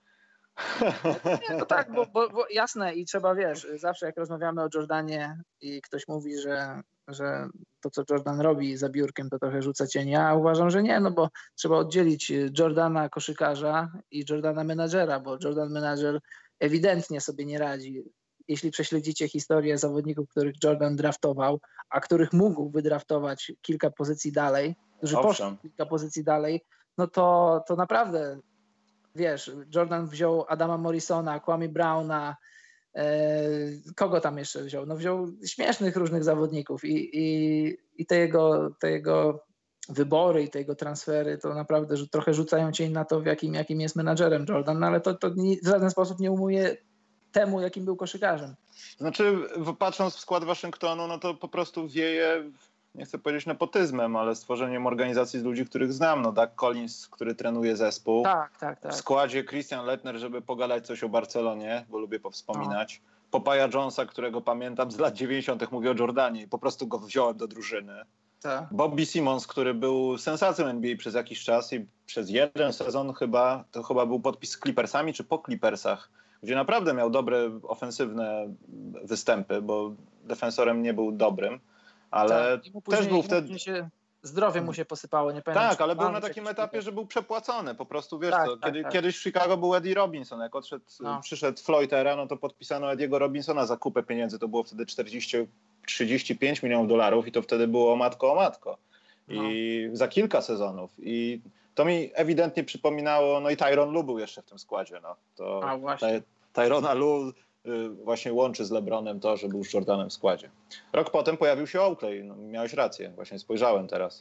Nie, no tak, bo, bo, bo jasne i trzeba, wiesz, zawsze jak rozmawiamy o Jordanie i ktoś mówi, że, że to, co Jordan robi za biurkiem, to trochę rzuca cień. Ja uważam, że nie, no bo trzeba oddzielić Jordana koszykarza i Jordana menadżera, bo Jordan menadżer ewidentnie sobie nie radzi. Jeśli prześledzicie historię zawodników, których Jordan draftował, a których mógł wydraftować kilka pozycji dalej, którzy Owszem. poszli kilka pozycji dalej, no to, to naprawdę... Wiesz, Jordan wziął Adama Morrisona, Kwame Browna, e, kogo tam jeszcze wziął? No wziął śmiesznych różnych zawodników i, i, i te, jego, te jego wybory i te jego transfery to naprawdę że trochę rzucają cień na to, w jakim, jakim jest menadżerem Jordan, no ale to, to nie, w żaden sposób nie umuje temu, jakim był koszykarzem. Znaczy, patrząc w skład Waszyngtonu, no to po prostu wieje, nie chcę powiedzieć nepotyzmem, ale stworzeniem organizacji z ludzi, których znam. No Doug Collins, który trenuje zespół. Tak, tak, tak. W składzie Christian Leitner, żeby pogadać coś o Barcelonie, bo lubię powspominać. No. Popeye Jonesa, którego pamiętam z lat dziewięćdziesiątych, mówię o Jordanie i po prostu go wziąłem do drużyny. Tak. Bobby Simmons, który był sensacją N B A przez jakiś czas i przez jeden sezon chyba, to chyba był podpis z Clippersami czy po Clippersach, gdzie naprawdę miał dobre ofensywne występy, bo defensorem nie był dobrym. Ale tak. Później, też był wtedy... Się, zdrowie mu się posypało, nie pamiętam. Tak, ale był na takim etapie, że był przepłacony. Po prostu, wiesz tak, co, tak, kiedy, tak. kiedyś w Chicago był Eddie Robinson. Jak odszedł, no. przyszedł Floydera, no to podpisano Ediego Robinsona za kupę pieniędzy. To było wtedy czterdzieści, trzydzieści pięć milionów dolarów i to wtedy było o matko, o matko. I no. za kilka sezonów. I to mi ewidentnie przypominało, no i Tyronn Lue był jeszcze w tym składzie. No. To A właśnie. Tyrona Lue właśnie łączy z LeBronem to, że był z Jordanem w składzie. Rok potem pojawił się Oakley. No, miałeś rację, właśnie spojrzałem teraz.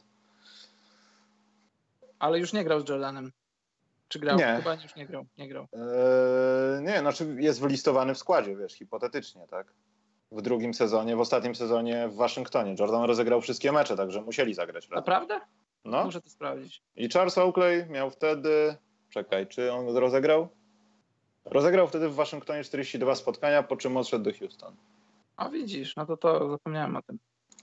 Ale już nie grał z Jordanem. Czy grał? Nie. Chyba już nie grał. Nie, grał. Eee, nie, znaczy jest wylistowany w składzie, wiesz, hipotetycznie, tak? W drugim sezonie, w ostatnim sezonie w Waszyngtonie. Jordan rozegrał wszystkie mecze, także musieli zagrać. Razem. Naprawdę? No. Muszę to sprawdzić. I Charles Oakley miał wtedy... Czekaj, czy on rozegrał? Rozegrał wtedy w Waszyngtonie czterdzieści dwa spotkania, po czym odszedł do Houston. A widzisz, no to to zapomniałem o tym.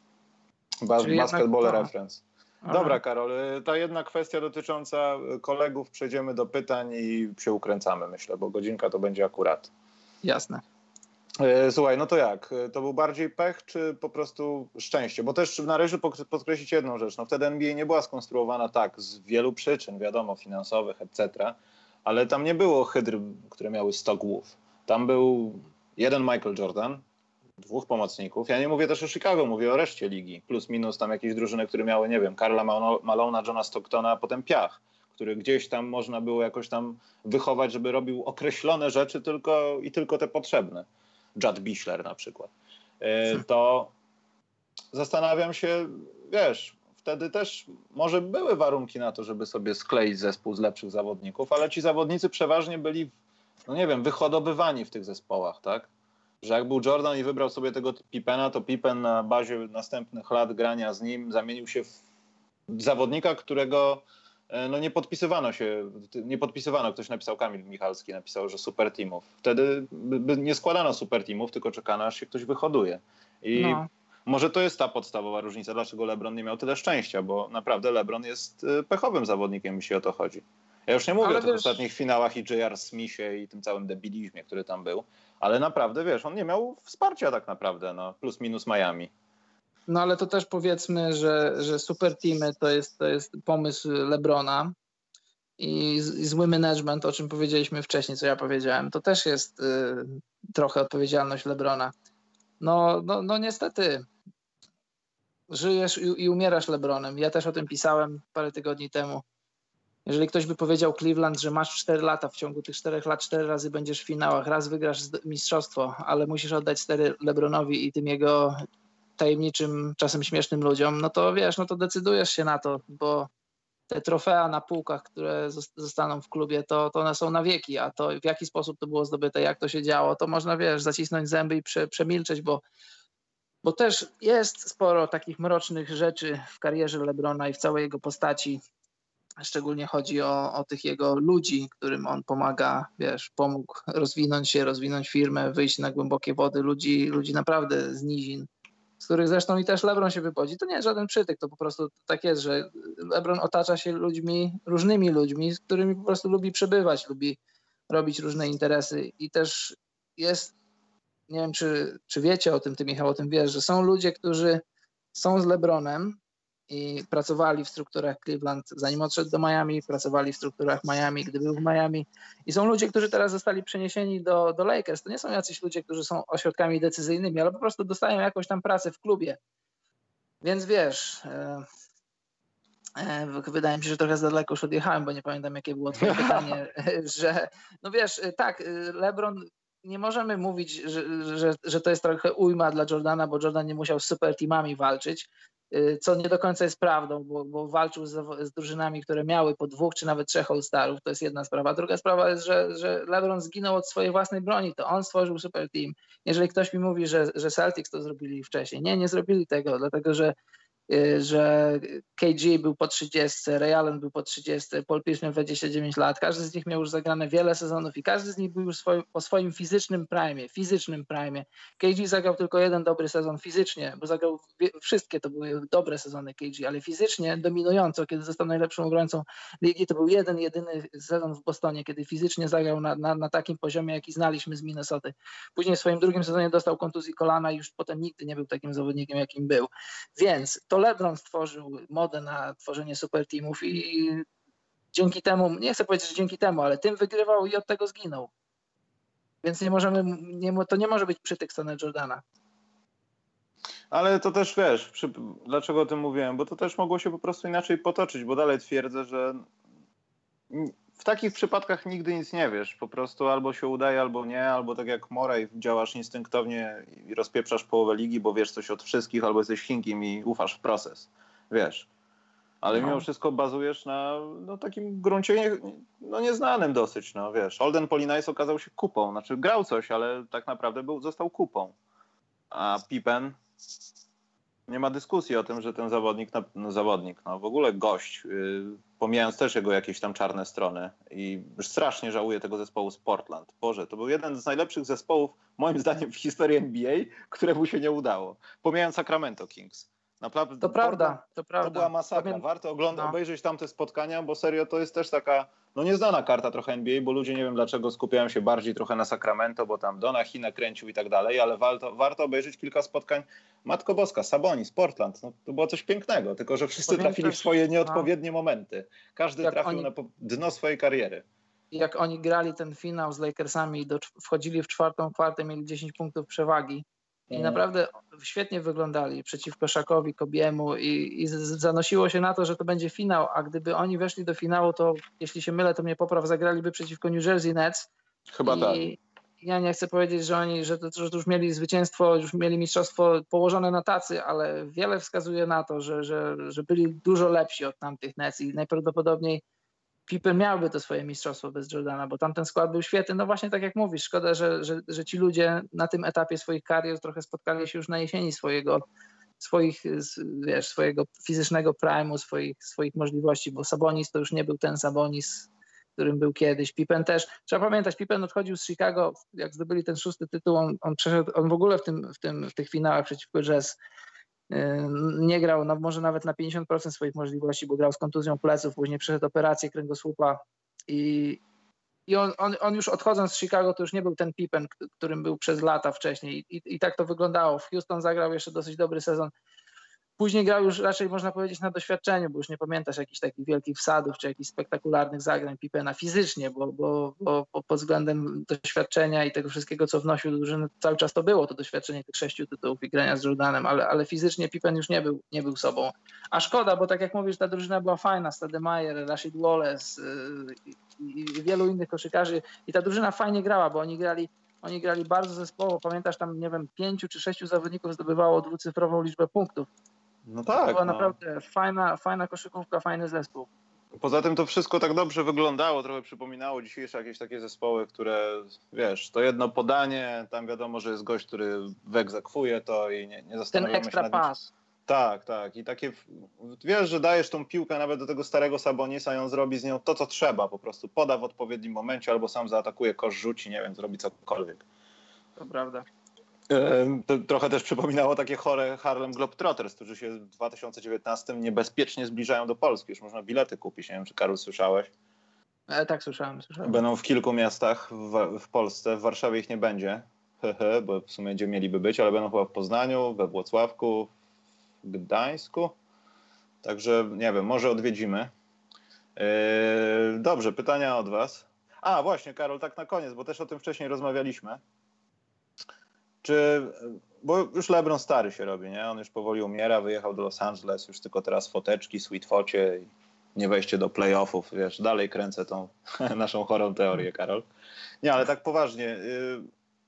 Bas- basketball jednak... reference. Dobra, Karol, ta jedna kwestia dotycząca kolegów, przejdziemy do pytań i się ukręcamy, myślę, bo godzinka to będzie akurat. Jasne. Słuchaj, no to jak? To był bardziej pech, czy po prostu szczęście? Bo też należy podkreślić jedną rzecz. No wtedy N B A nie była skonstruowana tak, z wielu przyczyn, wiadomo, finansowych, et cetera, ale tam nie było hydr, które miały sto głów. Tam był jeden Michael Jordan, dwóch pomocników. Ja nie mówię też o Chicago, mówię o reszcie ligi. Plus minus tam jakieś drużyny, które miały, nie wiem, Karla Malona, Johna Stocktona, a potem Piach, który gdzieś tam można było jakoś tam wychować, żeby robił określone rzeczy tylko i tylko te potrzebne. Judd Bichler na przykład. To zastanawiam się, wiesz, wtedy też może były warunki na to, żeby sobie skleić zespół z lepszych zawodników, ale ci zawodnicy przeważnie byli, no nie wiem, wyhodowywani w tych zespołach, tak? Że jak był Jordan i wybrał sobie tego Pippena, to Pippen na bazie następnych lat grania z nim zamienił się w zawodnika, którego no nie podpisywano się, nie podpisywano, ktoś napisał, Kamil Michalski napisał, że super teamów. Wtedy by nie składano super teamów, tylko czekano, aż się ktoś wyhoduje. I no. może to jest ta podstawowa różnica, dlaczego LeBron nie miał tyle szczęścia, bo naprawdę LeBron jest pechowym zawodnikiem, jeśli o to chodzi. Ja już nie mówię ale o tych wiesz... ostatnich finałach i J R. Smithie i tym całym debilizmie, który tam był, ale naprawdę, wiesz, on nie miał wsparcia tak naprawdę, no, plus minus Miami. No ale to też powiedzmy, że, że super teamy to jest, to jest pomysł LeBrona i, z, i zły management, o czym powiedzieliśmy wcześniej, co ja powiedziałem, to też jest y, trochę odpowiedzialność LeBrona. No, no, no niestety żyjesz i, i umierasz LeBronem. Ja też o tym pisałem parę tygodni temu. Jeżeli ktoś by powiedział Cleveland, że masz cztery lata, w ciągu tych czterech lat cztery razy będziesz w finałach, raz wygrasz mistrzostwo, ale musisz oddać cztery LeBronowi i tym jego tajemniczym, czasem śmiesznym ludziom, no to wiesz, no to decydujesz się na to, bo te trofea na półkach, które zostaną w klubie, to, to one są na wieki, a to w jaki sposób to było zdobyte, jak to się działo, to można, wiesz, zacisnąć zęby i prze, przemilczeć, bo, bo też jest sporo takich mrocznych rzeczy w karierze LeBrona i w całej jego postaci, Szczególnie chodzi o, o tych jego ludzi, którym on pomaga, wiesz, pomógł rozwinąć się, rozwinąć firmę, wyjść na głębokie wody, ludzi, ludzi naprawdę z nizin, z których zresztą i też LeBron się wypodzi. To nie jest żaden przytyk, to po prostu tak jest, że LeBron otacza się ludźmi, różnymi ludźmi, z którymi po prostu lubi przebywać, lubi robić różne interesy i też jest, nie wiem, czy, czy wiecie o tym, ty Michał o tym wiesz, że są ludzie, którzy są z LeBronem i pracowali w strukturach Cleveland, zanim odszedł do Miami, pracowali w strukturach Miami, gdy był w Miami. I są ludzie, którzy teraz zostali przeniesieni do, do Lakers. To nie są jacyś ludzie, którzy są ośrodkami decyzyjnymi, ale po prostu dostają jakąś tam pracę w klubie. Więc wiesz, e, e, wydaje mi się, że trochę za daleko już odjechałem, bo nie pamiętam, jakie było twoje pytanie, że no wiesz, tak, LeBron, nie możemy mówić, że, że, że to jest trochę ujma dla Jordana, bo Jordan nie musiał z super teamami walczyć, co nie do końca jest prawdą, bo, bo walczył z, z drużynami, które miały po dwóch czy nawet trzech All-Starów, to jest jedna sprawa. Druga sprawa jest, że, że LeBron zginął od swojej własnej broni, to on stworzył super team. Jeżeli ktoś mi mówi, że, że Celtics to zrobili wcześniej, nie, nie zrobili tego, dlatego że że K G był po trzydziestce, Ray Allen był po trzydziestce, Paul Pierce miał dwadzieścia dziewięć lat, każdy z nich miał już zagrane wiele sezonów i każdy z nich był już swoj, po swoim fizycznym prime, fizycznym prime. K G zagrał tylko jeden dobry sezon fizycznie, bo zagrał wszystkie, to były dobre sezony K G, ale fizycznie dominująco, kiedy został najlepszym obrońcą ligi, to był jeden, jedyny sezon w Bostonie, kiedy fizycznie zagrał na, na, na takim poziomie, jaki znaliśmy z Minnesoty. Później w swoim drugim sezonie dostał kontuzji kolana i już potem nigdy nie był takim zawodnikiem, jakim był. Więc to LeBron stworzył modę na tworzenie super teamów i dzięki temu, nie chcę powiedzieć, że dzięki temu, ale tym wygrywał i od tego zginął. Więc nie możemy, nie, to nie może być przytyk strony Jordana. Ale to też wiesz, przy, dlaczego o tym mówiłem, bo to też mogło się po prostu inaczej potoczyć, bo dalej twierdzę, że w takich przypadkach nigdy nic nie wiesz. Po prostu albo się udaje, albo nie, albo tak jak Murray działasz instynktownie i rozpieprzasz połowę ligi, bo wiesz coś od wszystkich, albo jesteś chinkiem i ufasz w proces. Wiesz. Ale no. Mimo wszystko bazujesz na no, takim gruncie nie, no, nieznanym dosyć, no wiesz. Holden Polynice okazał się kupą. Znaczy grał coś, ale tak naprawdę był, został kupą. A Pippen... Nie ma dyskusji o tym, że ten zawodnik, no zawodnik, no w ogóle gość, yy, pomijając też jego jakieś tam czarne strony i strasznie żałuję tego zespołu z Portland. Boże, to był jeden z najlepszych zespołów, moim zdaniem, w historii N B A, któremu się nie udało. Pomijając Sacramento Kings. Naprawdę, to prawda, to prawda. To była masakra. Pamię... Warto oglądać, no. obejrzeć tamte spotkania, bo serio to jest też taka no nieznana karta trochę N B A, bo ludzie nie wiem dlaczego skupiają się bardziej trochę na Sacramento, bo tam Dona Hina kręcił i tak dalej, ale warto, warto obejrzeć kilka spotkań. Matko Boska, Sabonis, Portland, no, to było coś pięknego, tylko że wszyscy Pamiętasz, trafili w swoje nieodpowiednie no. momenty. Każdy jak trafił oni, na dno swojej kariery. Jak oni grali ten finał z Lakersami i do, wchodzili w czwartą kwartę, mieli dziesięć punktów przewagi. I mm. naprawdę świetnie wyglądali przeciwko Szakowi, Kobiemu i, i zanosiło się na to, że to będzie finał, a gdyby oni weszli do finału, to jeśli się mylę, to mnie popraw, zagraliby przeciwko New Jersey Nets. Chyba I tak. Ja nie chcę powiedzieć, że oni, że, to, że to już mieli zwycięstwo, już mieli mistrzostwo położone na tacy, ale wiele wskazuje na to, że, że, że byli dużo lepsi od tamtych Nets i najprawdopodobniej Pippen miałby to swoje mistrzostwo bez Jordana, bo tamten skład był świetny. No właśnie tak jak mówisz, szkoda, że, że, że ci ludzie na tym etapie swoich karier trochę spotkali się już na jesieni swojego, swoich, wiesz, swojego fizycznego prime'u, swoich, swoich możliwości, bo Sabonis to już nie był ten Sabonis, którym był kiedyś. Pippen też. Trzeba pamiętać, Pippen odchodził z Chicago, jak zdobyli ten szósty tytuł, on, on przeszedł, on w ogóle w, tym, w, tym, w tych finałach przeciwko Jazz nie grał, no może nawet na pięćdziesiąt procent swoich możliwości, bo grał z kontuzją pleców, później przeszedł operację kręgosłupa i, i on, on, on już odchodząc z Chicago to już nie był ten Pippen, którym był przez lata wcześniej i, i tak to wyglądało. W Houston zagrał jeszcze dosyć dobry sezon. Później grał już raczej, można powiedzieć, na doświadczeniu, bo już nie pamiętasz jakichś takich wielkich wsadów czy jakichś spektakularnych zagrań Pippena fizycznie, bo, bo, bo, bo pod względem doświadczenia i tego wszystkiego, co wnosił do drużyny, cały czas to było to doświadczenie tych sześciu tytułów i grania z Jordanem, ale, ale fizycznie Pippen już nie był, nie był sobą. A szkoda, bo tak jak mówisz, ta drużyna była fajna, Stoudemire, Rashid Wallace yy, i, i wielu innych koszykarzy i ta drużyna fajnie grała, bo oni grali Oni grali bardzo zespołowo. Pamiętasz, tam, nie wiem, pięciu czy sześciu zawodników zdobywało dwucyfrową liczbę punktów. No tak. To była no. naprawdę fajna, fajna koszykówka, fajny zespół. Poza tym to wszystko tak dobrze wyglądało, trochę przypominało dzisiejsze jakieś takie zespoły, które, wiesz, to jedno podanie, tam wiadomo, że jest gość, który wyegzekwuje to i nie, nie zastanawiamy Ten ekstra się nad pas. Tak, tak. I takie, wiesz, że dajesz tą piłkę nawet do tego starego Sabonisa i on zrobi z nią to, co trzeba. Po prostu poda w odpowiednim momencie albo sam zaatakuje, kosz rzuci, nie wiem, zrobi cokolwiek. To prawda. To trochę też przypominało takie chore Harlem Globetrotters, którzy się w dwa tysiące dziewiętnastym niebezpiecznie zbliżają do Polski. Już można bilety kupić. Nie wiem, czy Karol słyszałeś? E, tak, słyszałem, słyszałem. Będą w kilku miastach w, w Polsce. W Warszawie ich nie będzie, Hehe, bo w sumie gdzie mieliby być, ale będą chyba w Poznaniu, we Włocławku, w Gdańsku. Także nie wiem, może odwiedzimy. Yy, dobrze, pytania od was. A właśnie, Karol, tak na koniec, bo też o tym wcześniej rozmawialiśmy. Czy, bo już LeBron stary się robi, nie? On już powoli umiera, wyjechał do Los Angeles, już tylko teraz foteczki, sweet focie i nie wejście do playoffów, wiesz, dalej kręcę tą naszą chorą teorię, Karol. Nie, ale tak poważnie, yy,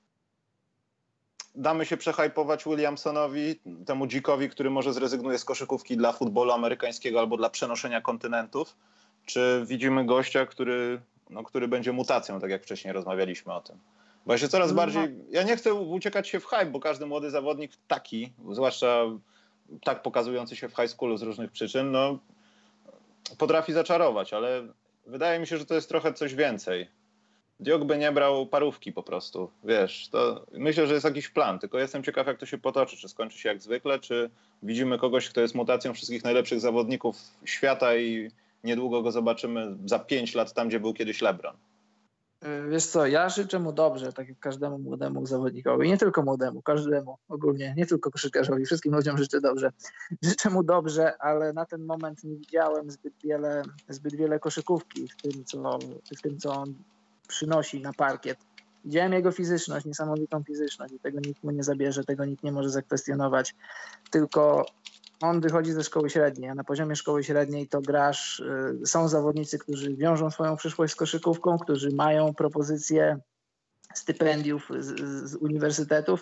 damy się przehajpować Williamsonowi, temu dzikowi, który może zrezygnuje z koszykówki dla futbolu amerykańskiego albo dla przenoszenia kontynentów, czy widzimy gościa, który, no, który będzie mutacją, tak jak wcześniej rozmawialiśmy o tym? Bo ja się coraz bardziej, ja nie chcę uciekać się w hype, bo każdy młody zawodnik taki, zwłaszcza tak pokazujący się w high schoolu z różnych przyczyn, no potrafi zaczarować, ale wydaje mi się, że to jest trochę coś więcej. Diok by nie brał parówki po prostu, wiesz, to myślę, że jest jakiś plan, tylko jestem ciekaw, jak to się potoczy, czy skończy się jak zwykle, czy widzimy kogoś, kto jest mutacją wszystkich najlepszych zawodników świata i niedługo go zobaczymy za pięć lat tam, gdzie był kiedyś LeBron. Wiesz co, ja życzę mu dobrze, tak jak każdemu młodemu zawodnikowi, nie tylko młodemu, każdemu ogólnie, nie tylko koszykarzowi, wszystkim ludziom życzę dobrze. Życzę mu dobrze, ale na ten moment nie widziałem zbyt wiele, zbyt wiele koszykówki w tym, co, w tym, co on przynosi na parkiet. Widziałem jego fizyczność, niesamowitą fizyczność i tego nikt mu nie zabierze, tego nikt nie może zakwestionować, tylko on wychodzi ze szkoły średniej, a na poziomie szkoły średniej to grasz, y, są zawodnicy, którzy wiążą swoją przyszłość z koszykówką, którzy mają propozycje stypendiów z, z uniwersytetów,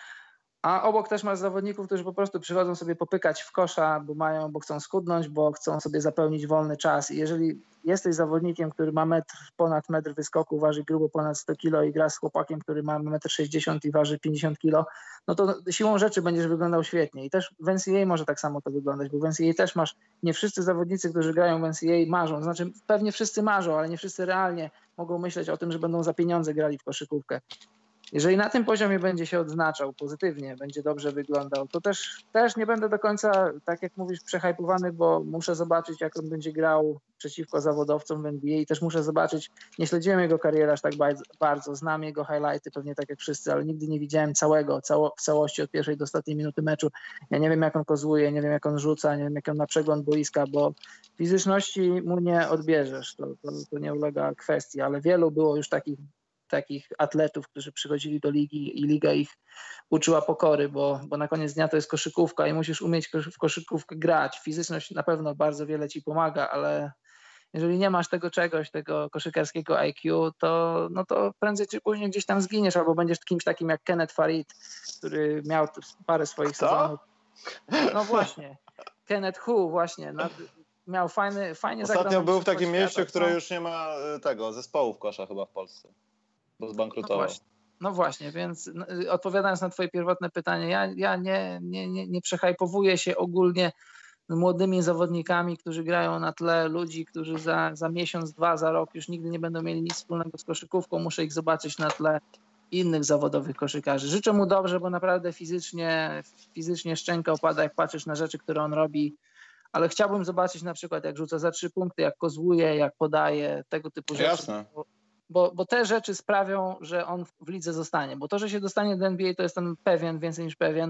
a obok też masz zawodników, którzy po prostu przychodzą sobie popykać w kosza, bo mają, bo chcą schudnąć, bo chcą sobie zapełnić wolny czas. I jeżeli jesteś zawodnikiem, który ma metr, ponad metr wyskoku, waży grubo ponad sto kilo i gra z chłopakiem, który ma metr sześćdziesiąt i waży pięćdziesiąt kilo, no to siłą rzeczy będziesz wyglądał świetnie. I też w N C A A może tak samo to wyglądać, bo w N C A A też masz, nie wszyscy zawodnicy, którzy grają w N C A A marzą, znaczy pewnie wszyscy marzą, ale nie wszyscy realnie mogą myśleć o tym, że będą za pieniądze grali w koszykówkę. Jeżeli na tym poziomie będzie się odznaczał pozytywnie, będzie dobrze wyglądał, to też, też nie będę do końca, tak jak mówisz, przehajpowany, bo muszę zobaczyć, jak on będzie grał przeciwko zawodowcom w N B A i też muszę zobaczyć, nie śledziłem jego kariery aż tak bardzo, znam jego highlighty pewnie tak jak wszyscy, ale nigdy nie widziałem całego, cało, w całości od pierwszej do ostatniej minuty meczu. Ja nie wiem, jak on kozłuje, nie wiem, jak on rzuca, nie wiem, jak on ma przegląd boiska, bo fizyczności mu nie odbierzesz, to, to, to nie ulega kwestii, ale wielu było już takich takich atletów, którzy przychodzili do ligi i liga ich uczyła pokory, bo, bo na koniec dnia to jest koszykówka i musisz umieć w koszykówkę grać. Fizyczność na pewno bardzo wiele ci pomaga, ale jeżeli nie masz tego czegoś, tego koszykarskiego I Q, to, no to prędzej czy później gdzieś tam zginiesz albo będziesz kimś takim jak Kenneth Farid, który miał parę swoich Kto? sezonów. No właśnie, Kenneth Hu właśnie, no, miał fajny, fajnie Ostatnio zagrał był w takim mieście, świata, które no. już nie ma tego zespołów kosza chyba w Polsce, bo zbankrutował. No właśnie, no właśnie, więc no, odpowiadając na twoje pierwotne pytanie, ja, ja nie, nie, nie, nie przehajpowuję się ogólnie młodymi zawodnikami, którzy grają na tle ludzi, którzy za, za miesiąc, dwa, za rok już nigdy nie będą mieli nic wspólnego z koszykówką. Muszę ich zobaczyć na tle innych zawodowych koszykarzy. Życzę mu dobrze, bo naprawdę fizycznie, fizycznie szczęka opada, jak patrzysz na rzeczy, które on robi, ale chciałbym zobaczyć na przykład, jak rzuca za trzy punkty, jak kozłuje, jak podaje, tego typu rzeczy. Jasne. Bo, bo te rzeczy sprawią, że on w lidze zostanie. Bo to, że się dostanie do N B A, to jestem pewien, więcej niż pewien,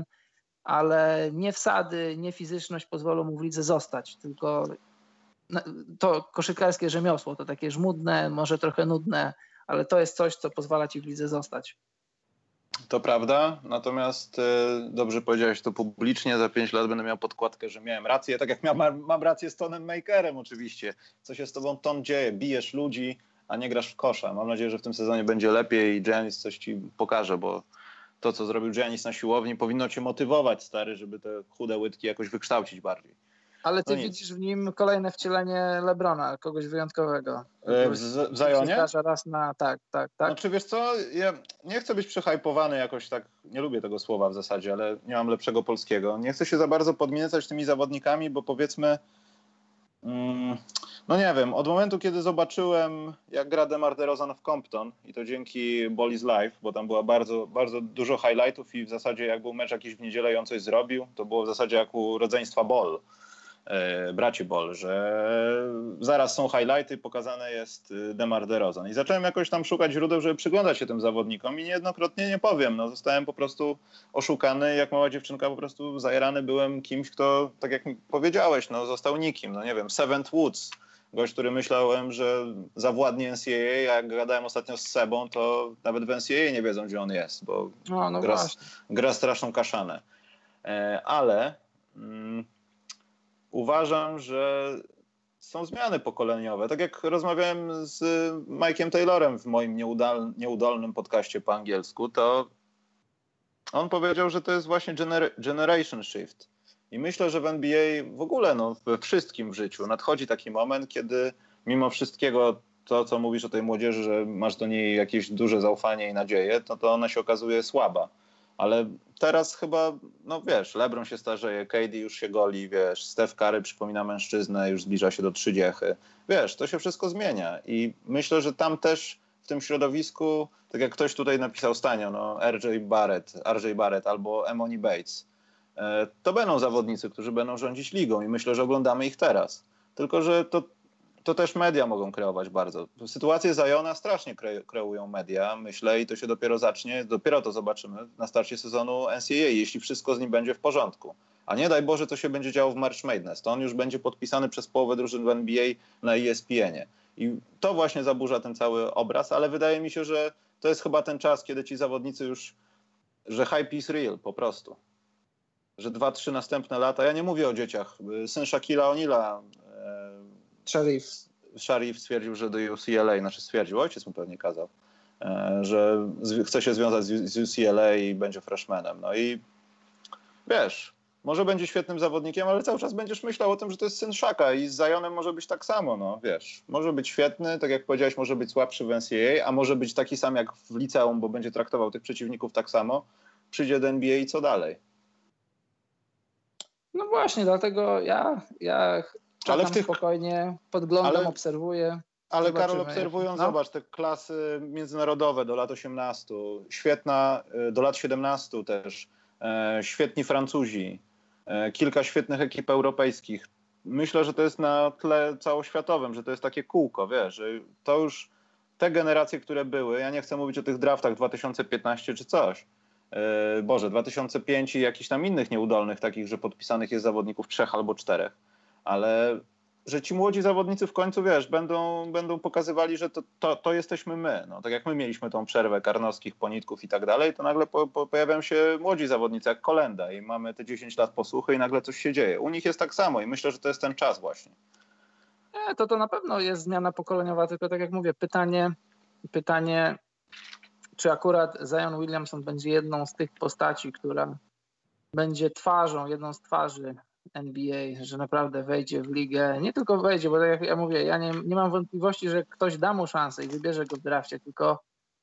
ale nie wsady, nie fizyczność pozwolą mu w lidze zostać, tylko to koszykarskie rzemiosło, to takie żmudne, może trochę nudne, ale to jest coś, co pozwala ci w lidze zostać. To prawda, natomiast y, dobrze powiedziałeś to publicznie, za pięć lat będę miał podkładkę, że miałem rację, tak jak miałem, mam rację z Tonem Makerem oczywiście. Co się z tobą, Ton, dzieje? Bijesz ludzi, a nie grasz w kosza. Mam nadzieję, że w tym sezonie będzie lepiej i Giannis coś ci pokaże, bo to, co zrobił Giannis na siłowni, powinno cię motywować, stary, żeby te chude łydki jakoś wykształcić bardziej. Ale ty no widzisz w nim kolejne wcielenie LeBrona, kogoś wyjątkowego. E, w, z, w Zionie? Zdarza raz na tak, tak, tak. Znaczy wiesz co, ja nie chcę być przehypowany jakoś tak, nie lubię tego słowa w zasadzie, ale nie mam lepszego polskiego. Nie chcę się za bardzo podmiecać tymi zawodnikami, bo powiedzmy, mm, no nie wiem, od momentu kiedy zobaczyłem jak gra DeMar DeRozan w Compton i to dzięki Ball is Life, bo tam była bardzo, bardzo dużo highlightów i w zasadzie jak był mecz jakiś w niedzielę i on coś zrobił, to było w zasadzie jak u rodzeństwa Ball. Braci Ball, że zaraz są highlighty, pokazane jest DeMar DeRozan. I zacząłem jakoś tam szukać źródeł, żeby przyglądać się tym zawodnikom i niejednokrotnie nie powiem, no zostałem po prostu oszukany, jak mała dziewczynka po prostu zajarany byłem kimś, kto, tak jak powiedziałeś, no został nikim, no nie wiem, Seventh Woods, gość, który myślałem, że zawładnie N C A A, a jak gadałem ostatnio z Sebą, to nawet w N C A A nie wiedzą, gdzie on jest, bo no, no gra, gra straszną kaszanę. Ale... Mm, uważam, że są zmiany pokoleniowe. Tak jak rozmawiałem z Mike'iem Taylorem w moim nieudal, nieudolnym podcaście po angielsku, to on powiedział, że to jest właśnie gener- generation shift. I myślę, że w N B A w ogóle, no, we wszystkim w życiu nadchodzi taki moment, kiedy mimo wszystkiego to, co mówisz o tej młodzieży, że masz do niej jakieś duże zaufanie i nadzieję, to, to ona się okazuje słaba. Ale teraz chyba, no wiesz, LeBron się starzeje, K D już się goli, wiesz, Steph Curry przypomina mężczyznę, już zbliża się do trzydziechy. Wiesz, to się wszystko zmienia i myślę, że tam też w tym środowisku, tak jak ktoś tutaj napisał Stanio, no R J Barrett, R J Barrett albo Emoni Bates, to będą zawodnicy, którzy będą rządzić ligą i myślę, że oglądamy ich teraz. Tylko że to to też media mogą kreować bardzo. Sytuację Ziona strasznie kre, kreują media, myślę, i to się dopiero zacznie, dopiero to zobaczymy na starcie sezonu N C A A, jeśli wszystko z nim będzie w porządku. A nie daj Boże, to się będzie działo w March Madness. To on już będzie podpisany przez połowę drużyn w N B A na E S P N ie. I to właśnie zaburza ten cały obraz, ale wydaje mi się, że to jest chyba ten czas, kiedy ci zawodnicy już, że hype is real po prostu. Że dwa, trzy następne lata, ja nie mówię o dzieciach, syn Shaquilla O'Neala, Sharif. Sharif stwierdził, że do U C L A, znaczy stwierdził, ojciec mu pewnie kazał, że chce się związać z U C L A i będzie freshmanem. No i wiesz, może będzie świetnym zawodnikiem, ale cały czas będziesz myślał o tym, że to jest syn Shaka i z Zionem może być tak samo, no wiesz. Może być świetny, tak jak powiedziałeś, może być słabszy w N C A A, a może być taki sam jak w liceum, bo będzie traktował tych przeciwników tak samo. Przyjdzie do N B A i co dalej? No właśnie, dlatego ja... ja... Czekam ale w tych... spokojnie, podglądam, ale... obserwuję. Ale zobaczymy. Karol, obserwując, no? Zobacz, te klasy międzynarodowe do lat osiemnastu, świetna, do lat siedemnastu też, e, świetni Francuzi, e, kilka świetnych ekip europejskich. Myślę, że to jest na tle całoświatowym, że to jest takie kółko, wiesz, że to już te generacje, które były, ja nie chcę mówić o tych draftach dwa tysiące piętnaście czy coś, e, Boże, dwa tysiące piąty i jakichś tam innych nieudolnych takich, że podpisanych jest zawodników trzech albo czterech. Ale że ci młodzi zawodnicy w końcu, wiesz, będą, będą pokazywali, że to, to, to jesteśmy my. No, tak jak my mieliśmy tą przerwę Karnowskich, Ponitków i tak dalej, to nagle po, po, pojawiają się młodzi zawodnicy jak Kolenda i mamy te dziesięć lat posłuchy i nagle coś się dzieje. U nich jest tak samo i myślę, że to jest ten czas właśnie. Nie, to to na pewno jest zmiana pokoleniowa, tylko tak jak mówię, pytanie, pytanie, czy akurat Zion Williamson będzie jedną z tych postaci, która będzie twarzą, jedną z twarzy N B A, że naprawdę wejdzie w ligę, nie tylko wejdzie, bo tak jak ja mówię, ja nie, nie mam wątpliwości, że ktoś da mu szansę i wybierze go w drafcie, tylko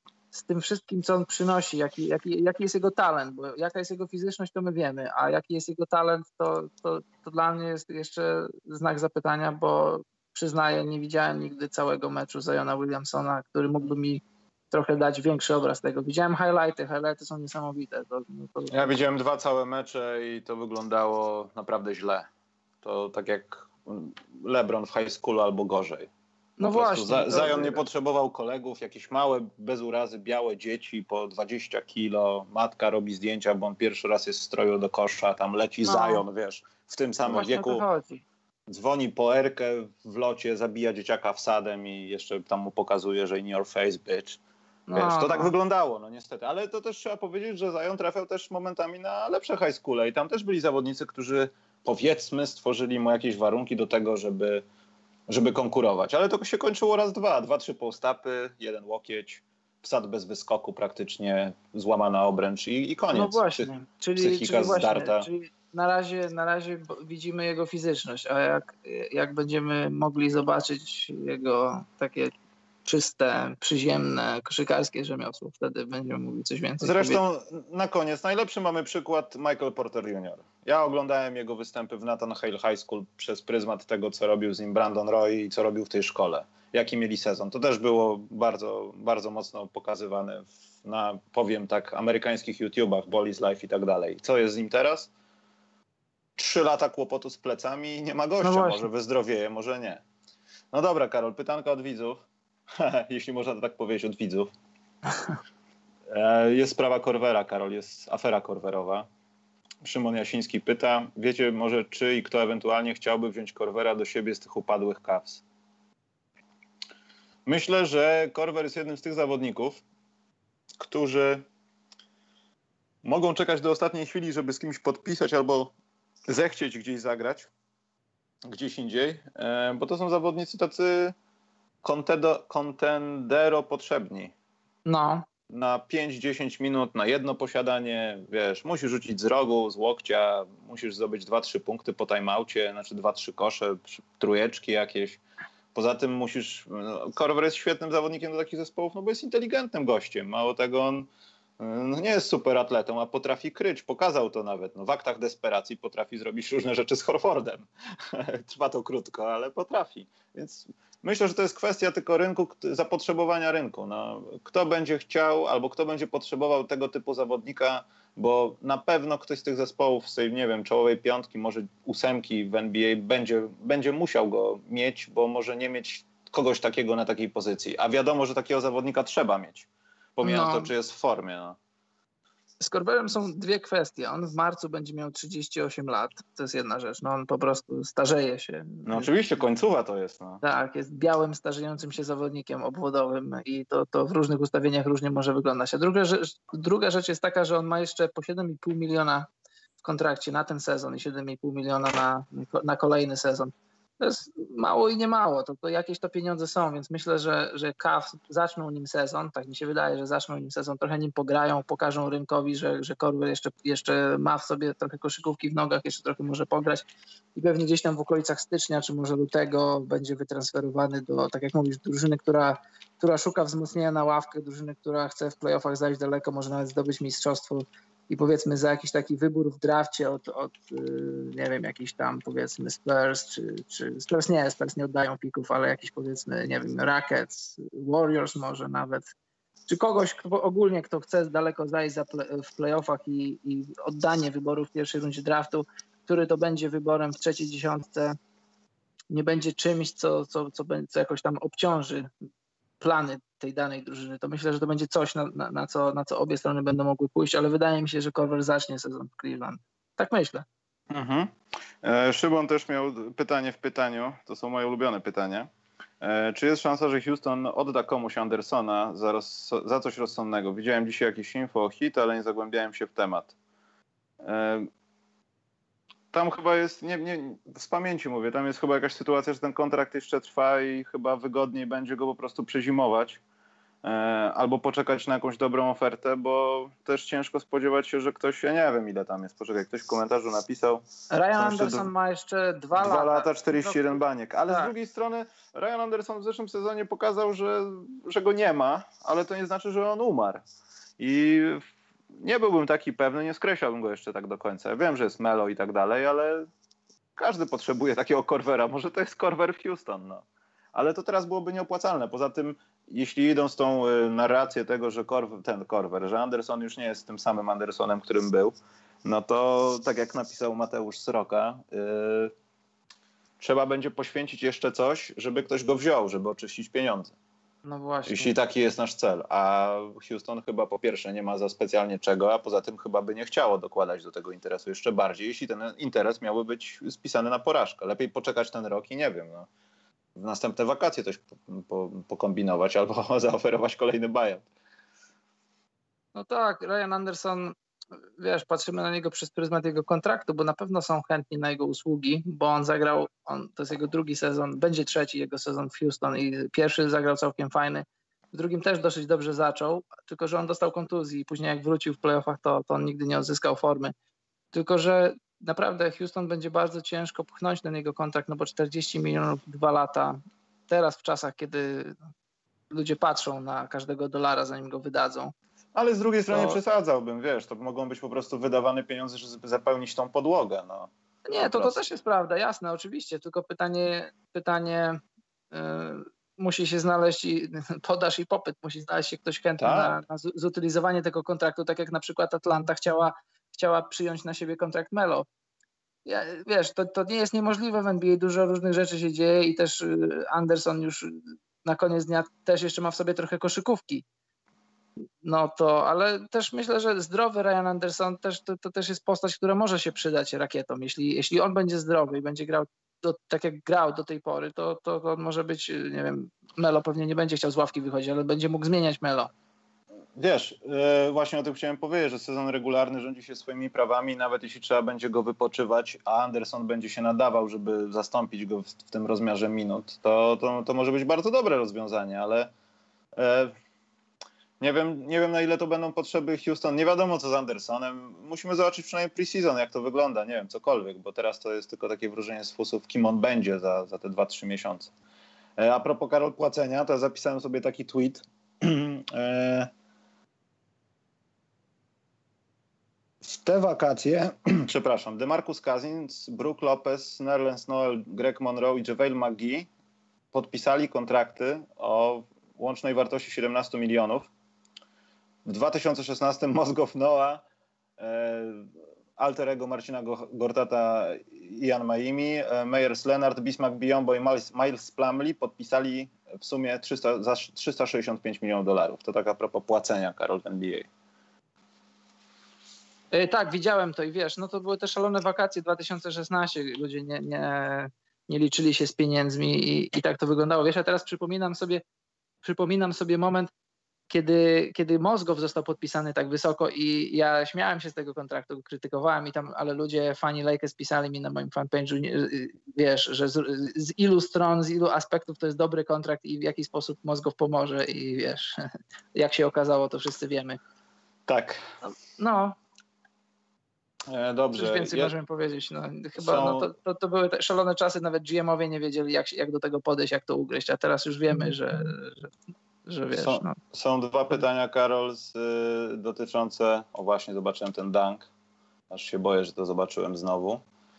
z tym wszystkim, co on przynosi, jaki, jaki, jaki jest jego talent, bo jaka jest jego fizyczność, to my wiemy, a jaki jest jego talent, to, to, to dla mnie jest jeszcze znak zapytania, bo przyznaję, nie widziałem nigdy całego meczu Ziona Williamsona, który mógłby mi trochę dać większy obraz tego. Widziałem highlighty, highlighty są niesamowite. To, to... Ja widziałem dwa całe mecze i to wyglądało naprawdę źle. To tak jak LeBron w high schoolu albo gorzej. Po no właśnie. Za, Zion nie potrzebował kolegów, jakieś małe, bez urazy, białe dzieci po dwadzieścia kilo. Matka robi zdjęcia, bo on pierwszy raz jest w stroju do kosza, tam leci no. Zion, wiesz, w tym samym no wieku. Dzwoni po erkę w locie, zabija dzieciaka wsadem i jeszcze tam mu pokazuje, że in your face, bitch. Wiesz, no, to tak no. wyglądało, no niestety. Ale to też trzeba powiedzieć, że Zion trafiał też momentami na lepsze high schoole i tam też byli zawodnicy, którzy powiedzmy stworzyli mu jakieś warunki do tego, żeby, żeby konkurować. Ale to się kończyło raz, dwa. Dwa, trzy postapy, jeden łokieć, wsad bez wyskoku praktycznie, złamana obręcz i, i koniec. No właśnie. Psych, czyli, psychika czyli właśnie, zdarta. Czyli, na razie, na razie widzimy jego fizyczność, a jak, jak będziemy mogli zobaczyć jego takie czyste, przyziemne, koszykarskie rzemiosło, wtedy będziemy mówili coś więcej. Zresztą na koniec najlepszy mamy przykład Michael Porter junior Ja oglądałem jego występy w Nathan Hale High School przez pryzmat tego, co robił z nim Brandon Roy i co robił w tej szkole. Jaki mieli sezon. To też było bardzo, bardzo mocno pokazywane w, na, powiem tak, amerykańskich YouTubach, Ball is Life i tak dalej. Co jest z nim teraz? Trzy lata kłopotu z plecami i nie ma gościa. No może wyzdrowieje, może nie. No dobra, Karol, pytanka od widzów. Jeśli można to tak powiedzieć, od widzów. Jest sprawa Korwera, Karol, jest afera korwerowa. Szymon Jasiński pyta, wiecie może czy i kto ewentualnie chciałby wziąć Korwera do siebie z tych upadłych Cavs? Myślę, że Korwer jest jednym z tych zawodników, którzy mogą czekać do ostatniej chwili, żeby z kimś podpisać albo zechcieć gdzieś zagrać, gdzieś indziej, bo to są zawodnicy tacy Contedo, contendero potrzebni. No. Na pięć dziesięć minut, na jedno posiadanie, wiesz, musisz rzucić z rogu, z łokcia, musisz zdobyć dwa trzy punkty po timeoutie, znaczy dwa trzy kosze, trójeczki jakieś. Poza tym musisz... No, Korver jest świetnym zawodnikiem do takich zespołów, no bo jest inteligentnym gościem. Mało tego, on no, nie jest super atletą, a potrafi kryć. Pokazał to nawet. No, w aktach desperacji potrafi zrobić różne rzeczy z Horfordem. Trwa to krótko, ale potrafi. Więc myślę, że to jest kwestia tylko rynku, zapotrzebowania rynku. No, kto będzie chciał albo kto będzie potrzebował tego typu zawodnika, bo na pewno ktoś z tych zespołów, z tej, nie wiem, czołowej piątki, może ósemki w N B A będzie, będzie musiał go mieć, bo może nie mieć kogoś takiego na takiej pozycji. A wiadomo, że takiego zawodnika trzeba mieć, pomijając no. to, czy jest w formie. No. Z Korverem są dwie kwestie. On w marcu będzie miał trzydzieści osiem lat. To jest jedna rzecz. No on po prostu starzeje się. No oczywiście, końcowa to jest. No. Tak, jest białym, starzejącym się zawodnikiem obwodowym i to, to w różnych ustawieniach różnie może wyglądać. A druga rzecz, druga rzecz jest taka, że on ma jeszcze po siedem i pół miliona w kontrakcie na ten sezon i siedem i pół miliona na, na kolejny sezon. To jest mało i nie mało, to, to jakieś to pieniądze są, więc myślę, że, że Cavs zaczną nim sezon, tak mi się wydaje, że zaczną nim sezon, trochę nim pograją, pokażą rynkowi, że, że Korver jeszcze, jeszcze ma w sobie trochę koszykówki w nogach, jeszcze trochę może pograć i pewnie gdzieś tam w okolicach stycznia, czy może lutego będzie wytransferowany do, tak jak mówisz, drużyny, która, która szuka wzmocnienia na ławkę, drużyny, która chce w playoffach zajść daleko, może nawet zdobyć mistrzostwo. I powiedzmy za jakiś taki wybór w drafcie od, od nie wiem, jakiś tam powiedzmy Spurs, czy, czy Spurs nie, Spurs nie oddają pików, ale jakiś powiedzmy, nie wiem, Rockets, Warriors może nawet, czy kogoś kto, ogólnie, kto chce daleko zajść za play, w playoffach i, i oddanie wyboru w pierwszej rundzie draftu, który to będzie wyborem w trzeciej dziesiątce, nie będzie czymś, co, co, co, co jakoś tam obciąży plany tej danej drużyny, to myślę, że to będzie coś, na, na, na, co, na co obie strony będą mogły pójść, ale wydaje mi się, że Korver zacznie sezon w Cleveland. Tak myślę. Mhm. E, Szymon też miał pytanie w pytaniu, to są moje ulubione pytania. E, czy jest szansa, że Houston odda komuś Andersona za, roz, za coś rozsądnego? Widziałem dzisiaj jakieś info o hit, ale nie zagłębiałem się w temat. E, Tam chyba jest, nie, nie, z pamięci mówię, tam jest chyba jakaś sytuacja, że ten kontrakt jeszcze trwa i chyba wygodniej będzie go po prostu przezimować e, albo poczekać na jakąś dobrą ofertę, bo też ciężko spodziewać się, że ktoś, ja nie wiem ile tam jest, poczekaj, ktoś w komentarzu napisał. Ryan Anderson ma jeszcze dwa lata. Dwa lata, czterdzieści jeden baniek, ale tak. Z drugiej strony Ryan Anderson w zeszłym sezonie pokazał, że, że go nie ma, ale to nie znaczy, że on umarł. I nie byłbym taki pewny, nie skreślałbym go jeszcze tak do końca. Ja wiem, że jest Melo i tak dalej, ale każdy potrzebuje takiego Korwera. Może to jest Korwer w Houston, no. Ale to teraz byłoby nieopłacalne. Poza tym, jeśli idą z tą y, narrację tego, że Korwer, ten Korwer, że Anderson już nie jest tym samym Andersonem, którym był, no to tak jak napisał Mateusz Sroka, y, trzeba będzie poświęcić jeszcze coś, żeby ktoś go wziął, żeby oczyścić pieniądze. No właśnie. Jeśli taki jest nasz cel, a Houston chyba po pierwsze nie ma za specjalnie czego, a poza tym chyba by nie chciało dokładać do tego interesu jeszcze bardziej, jeśli ten interes miałby być spisany na porażkę. Lepiej poczekać ten rok i nie wiem, no, w następne wakacje coś po, po, pokombinować albo zaoferować kolejny buyout. No tak, Ryan Anderson, wiesz, patrzymy na niego przez pryzmat jego kontraktu, bo na pewno są chętni na jego usługi, bo on zagrał, on, to jest jego drugi sezon, będzie trzeci jego sezon w Houston i pierwszy zagrał całkiem fajny, w drugim też dosyć dobrze zaczął, tylko że on dostał kontuzji i później jak wrócił w playoffach, to, to on nigdy nie odzyskał formy. Tylko że naprawdę Houston będzie bardzo ciężko pchnąć ten jego kontrakt, no bo czterdzieści milionów, dwa lata. Teraz w czasach, kiedy ludzie patrzą na każdego dolara, zanim go wydadzą. Ale z drugiej strony To- nie przesadzałbym, wiesz, to mogą być po prostu wydawane pieniądze, żeby zapełnić tą podłogę. No. Nie, to, to prostu. też jest prawda, jasne, oczywiście, tylko pytanie, pytanie yy, musi się znaleźć i podaż i popyt, musi znaleźć się ktoś chętny Tak. na, na z- zutylizowanie tego kontraktu, tak jak na przykład Atlanta chciała, chciała przyjąć na siebie kontrakt Melo. Ja, wiesz, to, to nie jest niemożliwe w N B A, dużo różnych rzeczy się dzieje i też yy, Anderson już na koniec dnia też jeszcze ma w sobie trochę koszykówki. No to, ale też myślę, że zdrowy Ryan Anderson też, to, to też jest postać, która może się przydać rakietom. Jeśli, jeśli on będzie zdrowy i będzie grał do, tak jak grał do tej pory, to, to, to on może być, nie wiem, Melo pewnie nie będzie chciał z ławki wychodzić, ale będzie mógł zmieniać Melo. Wiesz, yy, właśnie o tym chciałem powiedzieć, że sezon regularny rządzi się swoimi prawami, nawet jeśli trzeba będzie go wypoczywać, a Anderson będzie się nadawał, żeby zastąpić go w, w tym rozmiarze minut, to, to, to może być bardzo dobre rozwiązanie, ale yy, nie wiem, nie wiem na ile to będą potrzeby Houston, nie wiadomo co z Andersonem, musimy zobaczyć przynajmniej pre-season, jak to wygląda, nie wiem, cokolwiek, bo teraz to jest tylko takie wróżenie z fusów, kim on będzie za, za te dwa trzy miesiące. Yy, a propos Karol płacenia, to ja zapisałem sobie taki tweet, yy, w te wakacje, przepraszam, DeMarcus Cousins, Brook Lopez, Nerlens Noel, Greg Monroe i JaVale McGee podpisali kontrakty o łącznej wartości siedemnaście milionów. W dwa tysiące szesnastym Mozgov Noah, e, alter ego Marcina Gortata, Ian Maimi, e, Meyers Leonard, Bismack Biyombo i Miles, Miles Plumlee podpisali w sumie trzysta, za trzysta sześćdziesiąt pięć milionów dolarów. To tak a propos płacenia, Karol, w N B A. Tak, widziałem to i wiesz, no to były te szalone wakacje dwa tysiące szesnaście, ludzie nie, nie, nie liczyli się z pieniędzmi i, i tak to wyglądało. Wiesz, ja teraz przypominam sobie, przypominam sobie moment, kiedy, kiedy Mozgov został podpisany tak wysoko i ja śmiałem się z tego kontraktu, krytykowałem i tam, ale ludzie, fani Lakers pisali mi na moim fanpage'u, wiesz, że z, z ilu stron, z ilu aspektów to jest dobry kontrakt i w jaki sposób Mozgov pomoże i wiesz, jak się okazało, to wszyscy wiemy. Tak. No. E, dobrze. Coś więcej ja... możemy powiedzieć. No, chyba Są... no, to, to, to były te szalone czasy, nawet G M owie nie wiedzieli, jak, jak do tego podejść, jak to ugryźć, a teraz już wiemy, że, że, że wiesz. Są, no. są dwa pytania, Karol, z, y, dotyczące, o właśnie zobaczyłem ten dunk, aż się boję, że to zobaczyłem znowu.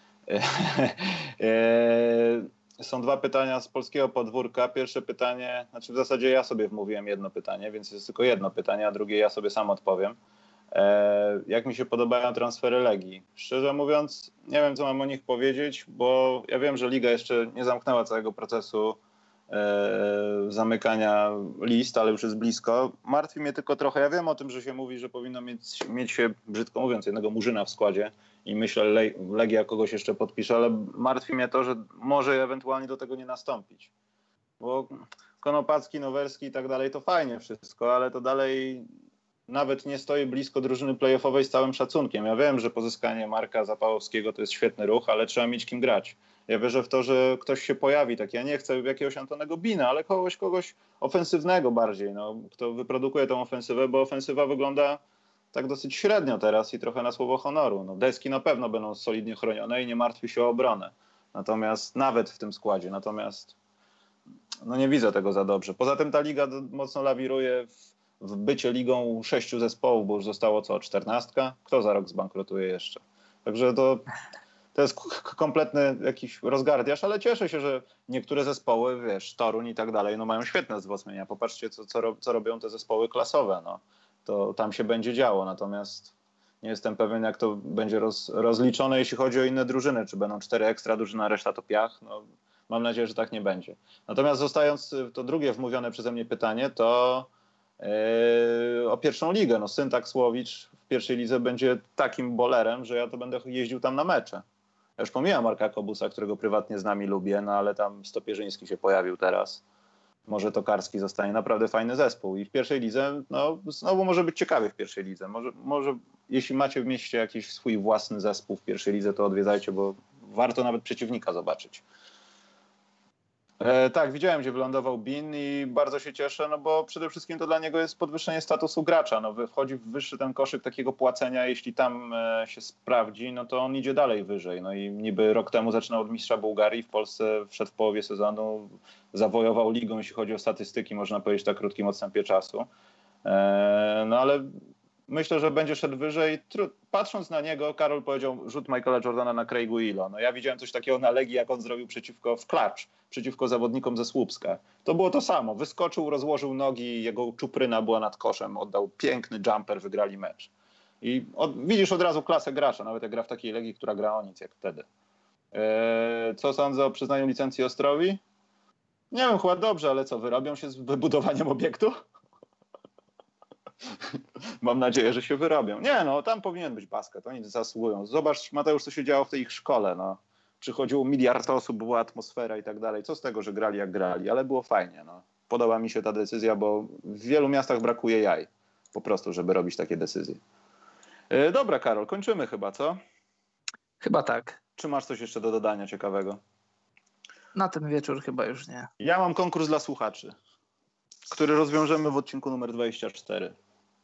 Są dwa pytania z polskiego podwórka. Pierwsze pytanie, znaczy w zasadzie ja sobie wmówiłem jedno pytanie, więc jest tylko jedno pytanie, a drugie ja sobie sam odpowiem. Jak mi się podobają transfery Legii? Szczerze mówiąc, nie wiem, co mam o nich powiedzieć, bo ja wiem, że Liga jeszcze nie zamknęła całego procesu zamykania list, ale już jest blisko. Martwi mnie tylko trochę, ja wiem o tym, że się mówi, że powinno mieć, mieć się, brzydko mówiąc, jednego Murzyna w składzie i myślę, Le- Legia kogoś jeszcze podpisze, ale martwi mnie to, że może ewentualnie do tego nie nastąpić. Bo Konopacki, Nowerski i tak dalej to fajnie wszystko, ale to dalej nawet nie stoi blisko drużyny play-offowej z całym szacunkiem. Ja wiem, że pozyskanie Marka Zapałowskiego to jest świetny ruch, ale trzeba mieć kim grać. Ja wierzę w to, że ktoś się pojawi. Tak, ja nie chcę jakiegoś Antonego Bina, ale kogoś, kogoś ofensywnego bardziej, no, kto wyprodukuje tą ofensywę, bo ofensywa wygląda tak dosyć średnio teraz i trochę na słowo honoru. No, deski na pewno będą solidnie chronione i nie martwi się o obronę. Natomiast nawet w tym składzie, natomiast no nie widzę tego za dobrze. Poza tym ta liga mocno lawiruje w, w bycie ligą sześciu zespołów, bo już zostało co, czternastka? Kto za rok zbankrutuje jeszcze? Także to... To jest k- kompletny jakiś rozgardiasz, ale cieszę się, że niektóre zespoły, wiesz, Toruń i tak dalej, no mają świetne wzmocnienia. Popatrzcie, co, co, ro- co robią te zespoły klasowe, no. To tam się będzie działo, natomiast nie jestem pewien, jak to będzie roz, rozliczone, jeśli chodzi o inne drużyny. Czy będą cztery ekstra drużyny, a reszta to piach? No, mam nadzieję, że tak nie będzie. Natomiast zostając, to drugie wmówione przeze mnie pytanie, to yy, o pierwszą ligę. No, Syntak Słowicz w pierwszej lidze będzie takim bolerem, że ja to będę jeździł tam na mecze. Ja już pomijam Marka Kobusa, którego prywatnie z nami lubię, no ale tam Stopierzyński się pojawił teraz. Może Tokarski zostanie naprawdę fajny zespół. I w pierwszej lidze, no znowu może być ciekawie w pierwszej lidze. Może, może jeśli macie w mieście jakiś swój własny zespół w pierwszej lidze, to odwiedzajcie, bo warto nawet przeciwnika zobaczyć. E, tak, widziałem, gdzie wylądował Bean i bardzo się cieszę, no bo przede wszystkim to dla niego jest podwyższenie statusu gracza. No, wchodzi w wyższy ten koszyk takiego płacenia, jeśli tam e, się sprawdzi, no to on idzie dalej wyżej. No i niby rok temu zaczynał od mistrza Bułgarii, w Polsce wszedł w połowie sezonu, zawojował ligą, jeśli chodzi o statystyki, można powiedzieć, na krótkim odstępie czasu. E, no ale myślę, że będzie szedł wyżej. Tru- Patrząc na niego, Karol powiedział rzut Michaela Jordana na Craigu Ilo. No ja widziałem coś takiego na Legii, jak on zrobił przeciwko w klacz, przeciwko zawodnikom ze Słupska. To było to samo. Wyskoczył, rozłożył nogi, jego czupryna była nad koszem, oddał piękny jumper, wygrali mecz. I od, widzisz od razu klasę gracza, nawet jak gra w takiej Legii, która gra o nic jak wtedy. Eee, co sądzę o przyznaniu licencji Ostrowi? Nie wiem, chyba dobrze, ale co, wyrobią się z wybudowaniem obiektu? Mam nadzieję, że się wyrobią. Nie, no tam powinien być basket, oni zasługują. Zobacz, Mateusz, co się działo w tej ich szkole. No. Przychodziło miliard osób, była atmosfera i tak dalej. Co z tego, że grali jak grali, ale było fajnie. No. Podoba mi się ta decyzja, bo w wielu miastach brakuje jaj. Po prostu, żeby robić takie decyzje. Yy, dobra, Karol, kończymy chyba, co? Chyba tak. Czy masz coś jeszcze do dodania ciekawego? Na ten wieczór chyba już nie. Ja mam konkurs dla słuchaczy, który rozwiążemy w odcinku numer dwadzieścia cztery.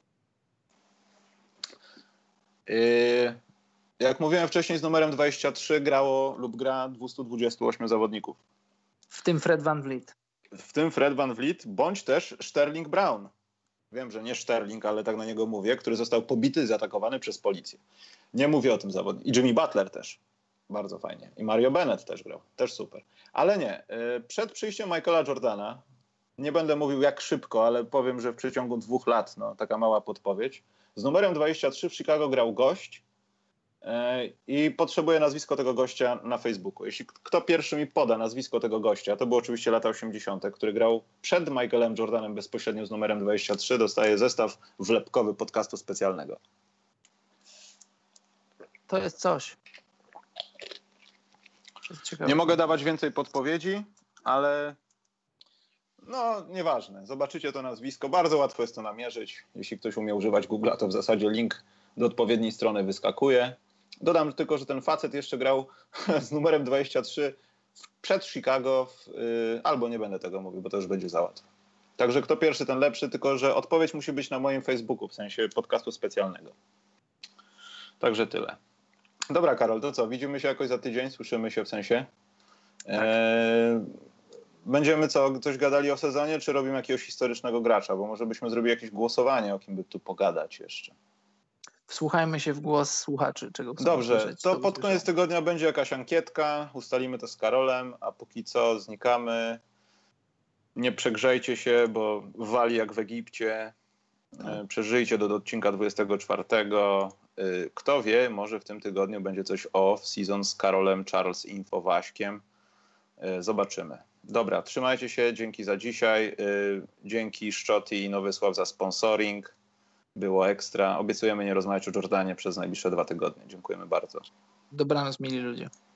Yy, jak mówiłem wcześniej, z numerem dwadzieścia trzy grało lub gra dwieście dwadzieścia osiem zawodników. W tym Fred VanVleet. W tym Fred VanVleet, bądź też Sterling Brown. Wiem, że nie Sterling, ale tak na niego mówię, który został pobity, zaatakowany przez policję. Nie mówię o tym zawodniku. I Jimmy Butler też. Bardzo fajnie. I Mario Bennett też grał. Też super. Ale nie. Yy, przed przyjściem Michaela Jordana, nie będę mówił jak szybko, ale powiem, że w przeciągu dwóch lat, no taka mała podpowiedź, z numerem dwadzieścia trzy w Chicago grał gość yy, i potrzebuję nazwisko tego gościa na Facebooku. Jeśli kto pierwszy mi poda nazwisko tego gościa, to było oczywiście lata osiemdziesiąte, który grał przed Michaelem Jordanem bezpośrednio z numerem dwadzieścia trzy, dostaje zestaw wlepkowy podcastu specjalnego. To jest coś. Nie mogę dawać więcej podpowiedzi, ale no nieważne. Zobaczycie to nazwisko. Bardzo łatwo jest to namierzyć. Jeśli ktoś umie używać Google'a, to w zasadzie link do odpowiedniej strony wyskakuje. Dodam tylko, że ten facet jeszcze grał z numerem dwadzieścia trzy przed Chicago, w, yy, albo nie będę tego mówił, bo to już będzie za łatwo. Także kto pierwszy, ten lepszy, tylko że odpowiedź musi być na moim Facebooku, w sensie podcastu specjalnego. Także tyle. Dobra, Karol, to co? Widzimy się jakoś za tydzień? Słyszymy się w sensie? Tak. Eee, będziemy co, coś gadali o sezonie, czy robimy jakiegoś historycznego gracza? Bo może byśmy zrobili jakieś głosowanie, o kim by tu pogadać jeszcze. Wsłuchajmy się w głos słuchaczy, czego chcą Dobrze, usłyszeć, to co pod usłyszą. koniec tygodnia będzie jakaś ankietka, ustalimy to z Karolem, a póki co znikamy. Nie przegrzejcie się, bo wali jak w Egipcie. No. Przeżyjcie do, do odcinka dwudziestego czwartego. Kto wie, może w tym tygodniu będzie coś off-season z Karolem, Charles Info, Waśkiem. Zobaczymy. Dobra, trzymajcie się, dzięki za dzisiaj. Dzięki Szczoty i Nowysław za sponsoring. Było ekstra. Obiecujemy nie rozmawiać o Jordanie przez najbliższe dwa tygodnie. Dziękujemy bardzo. Dobranoc, mili ludzie.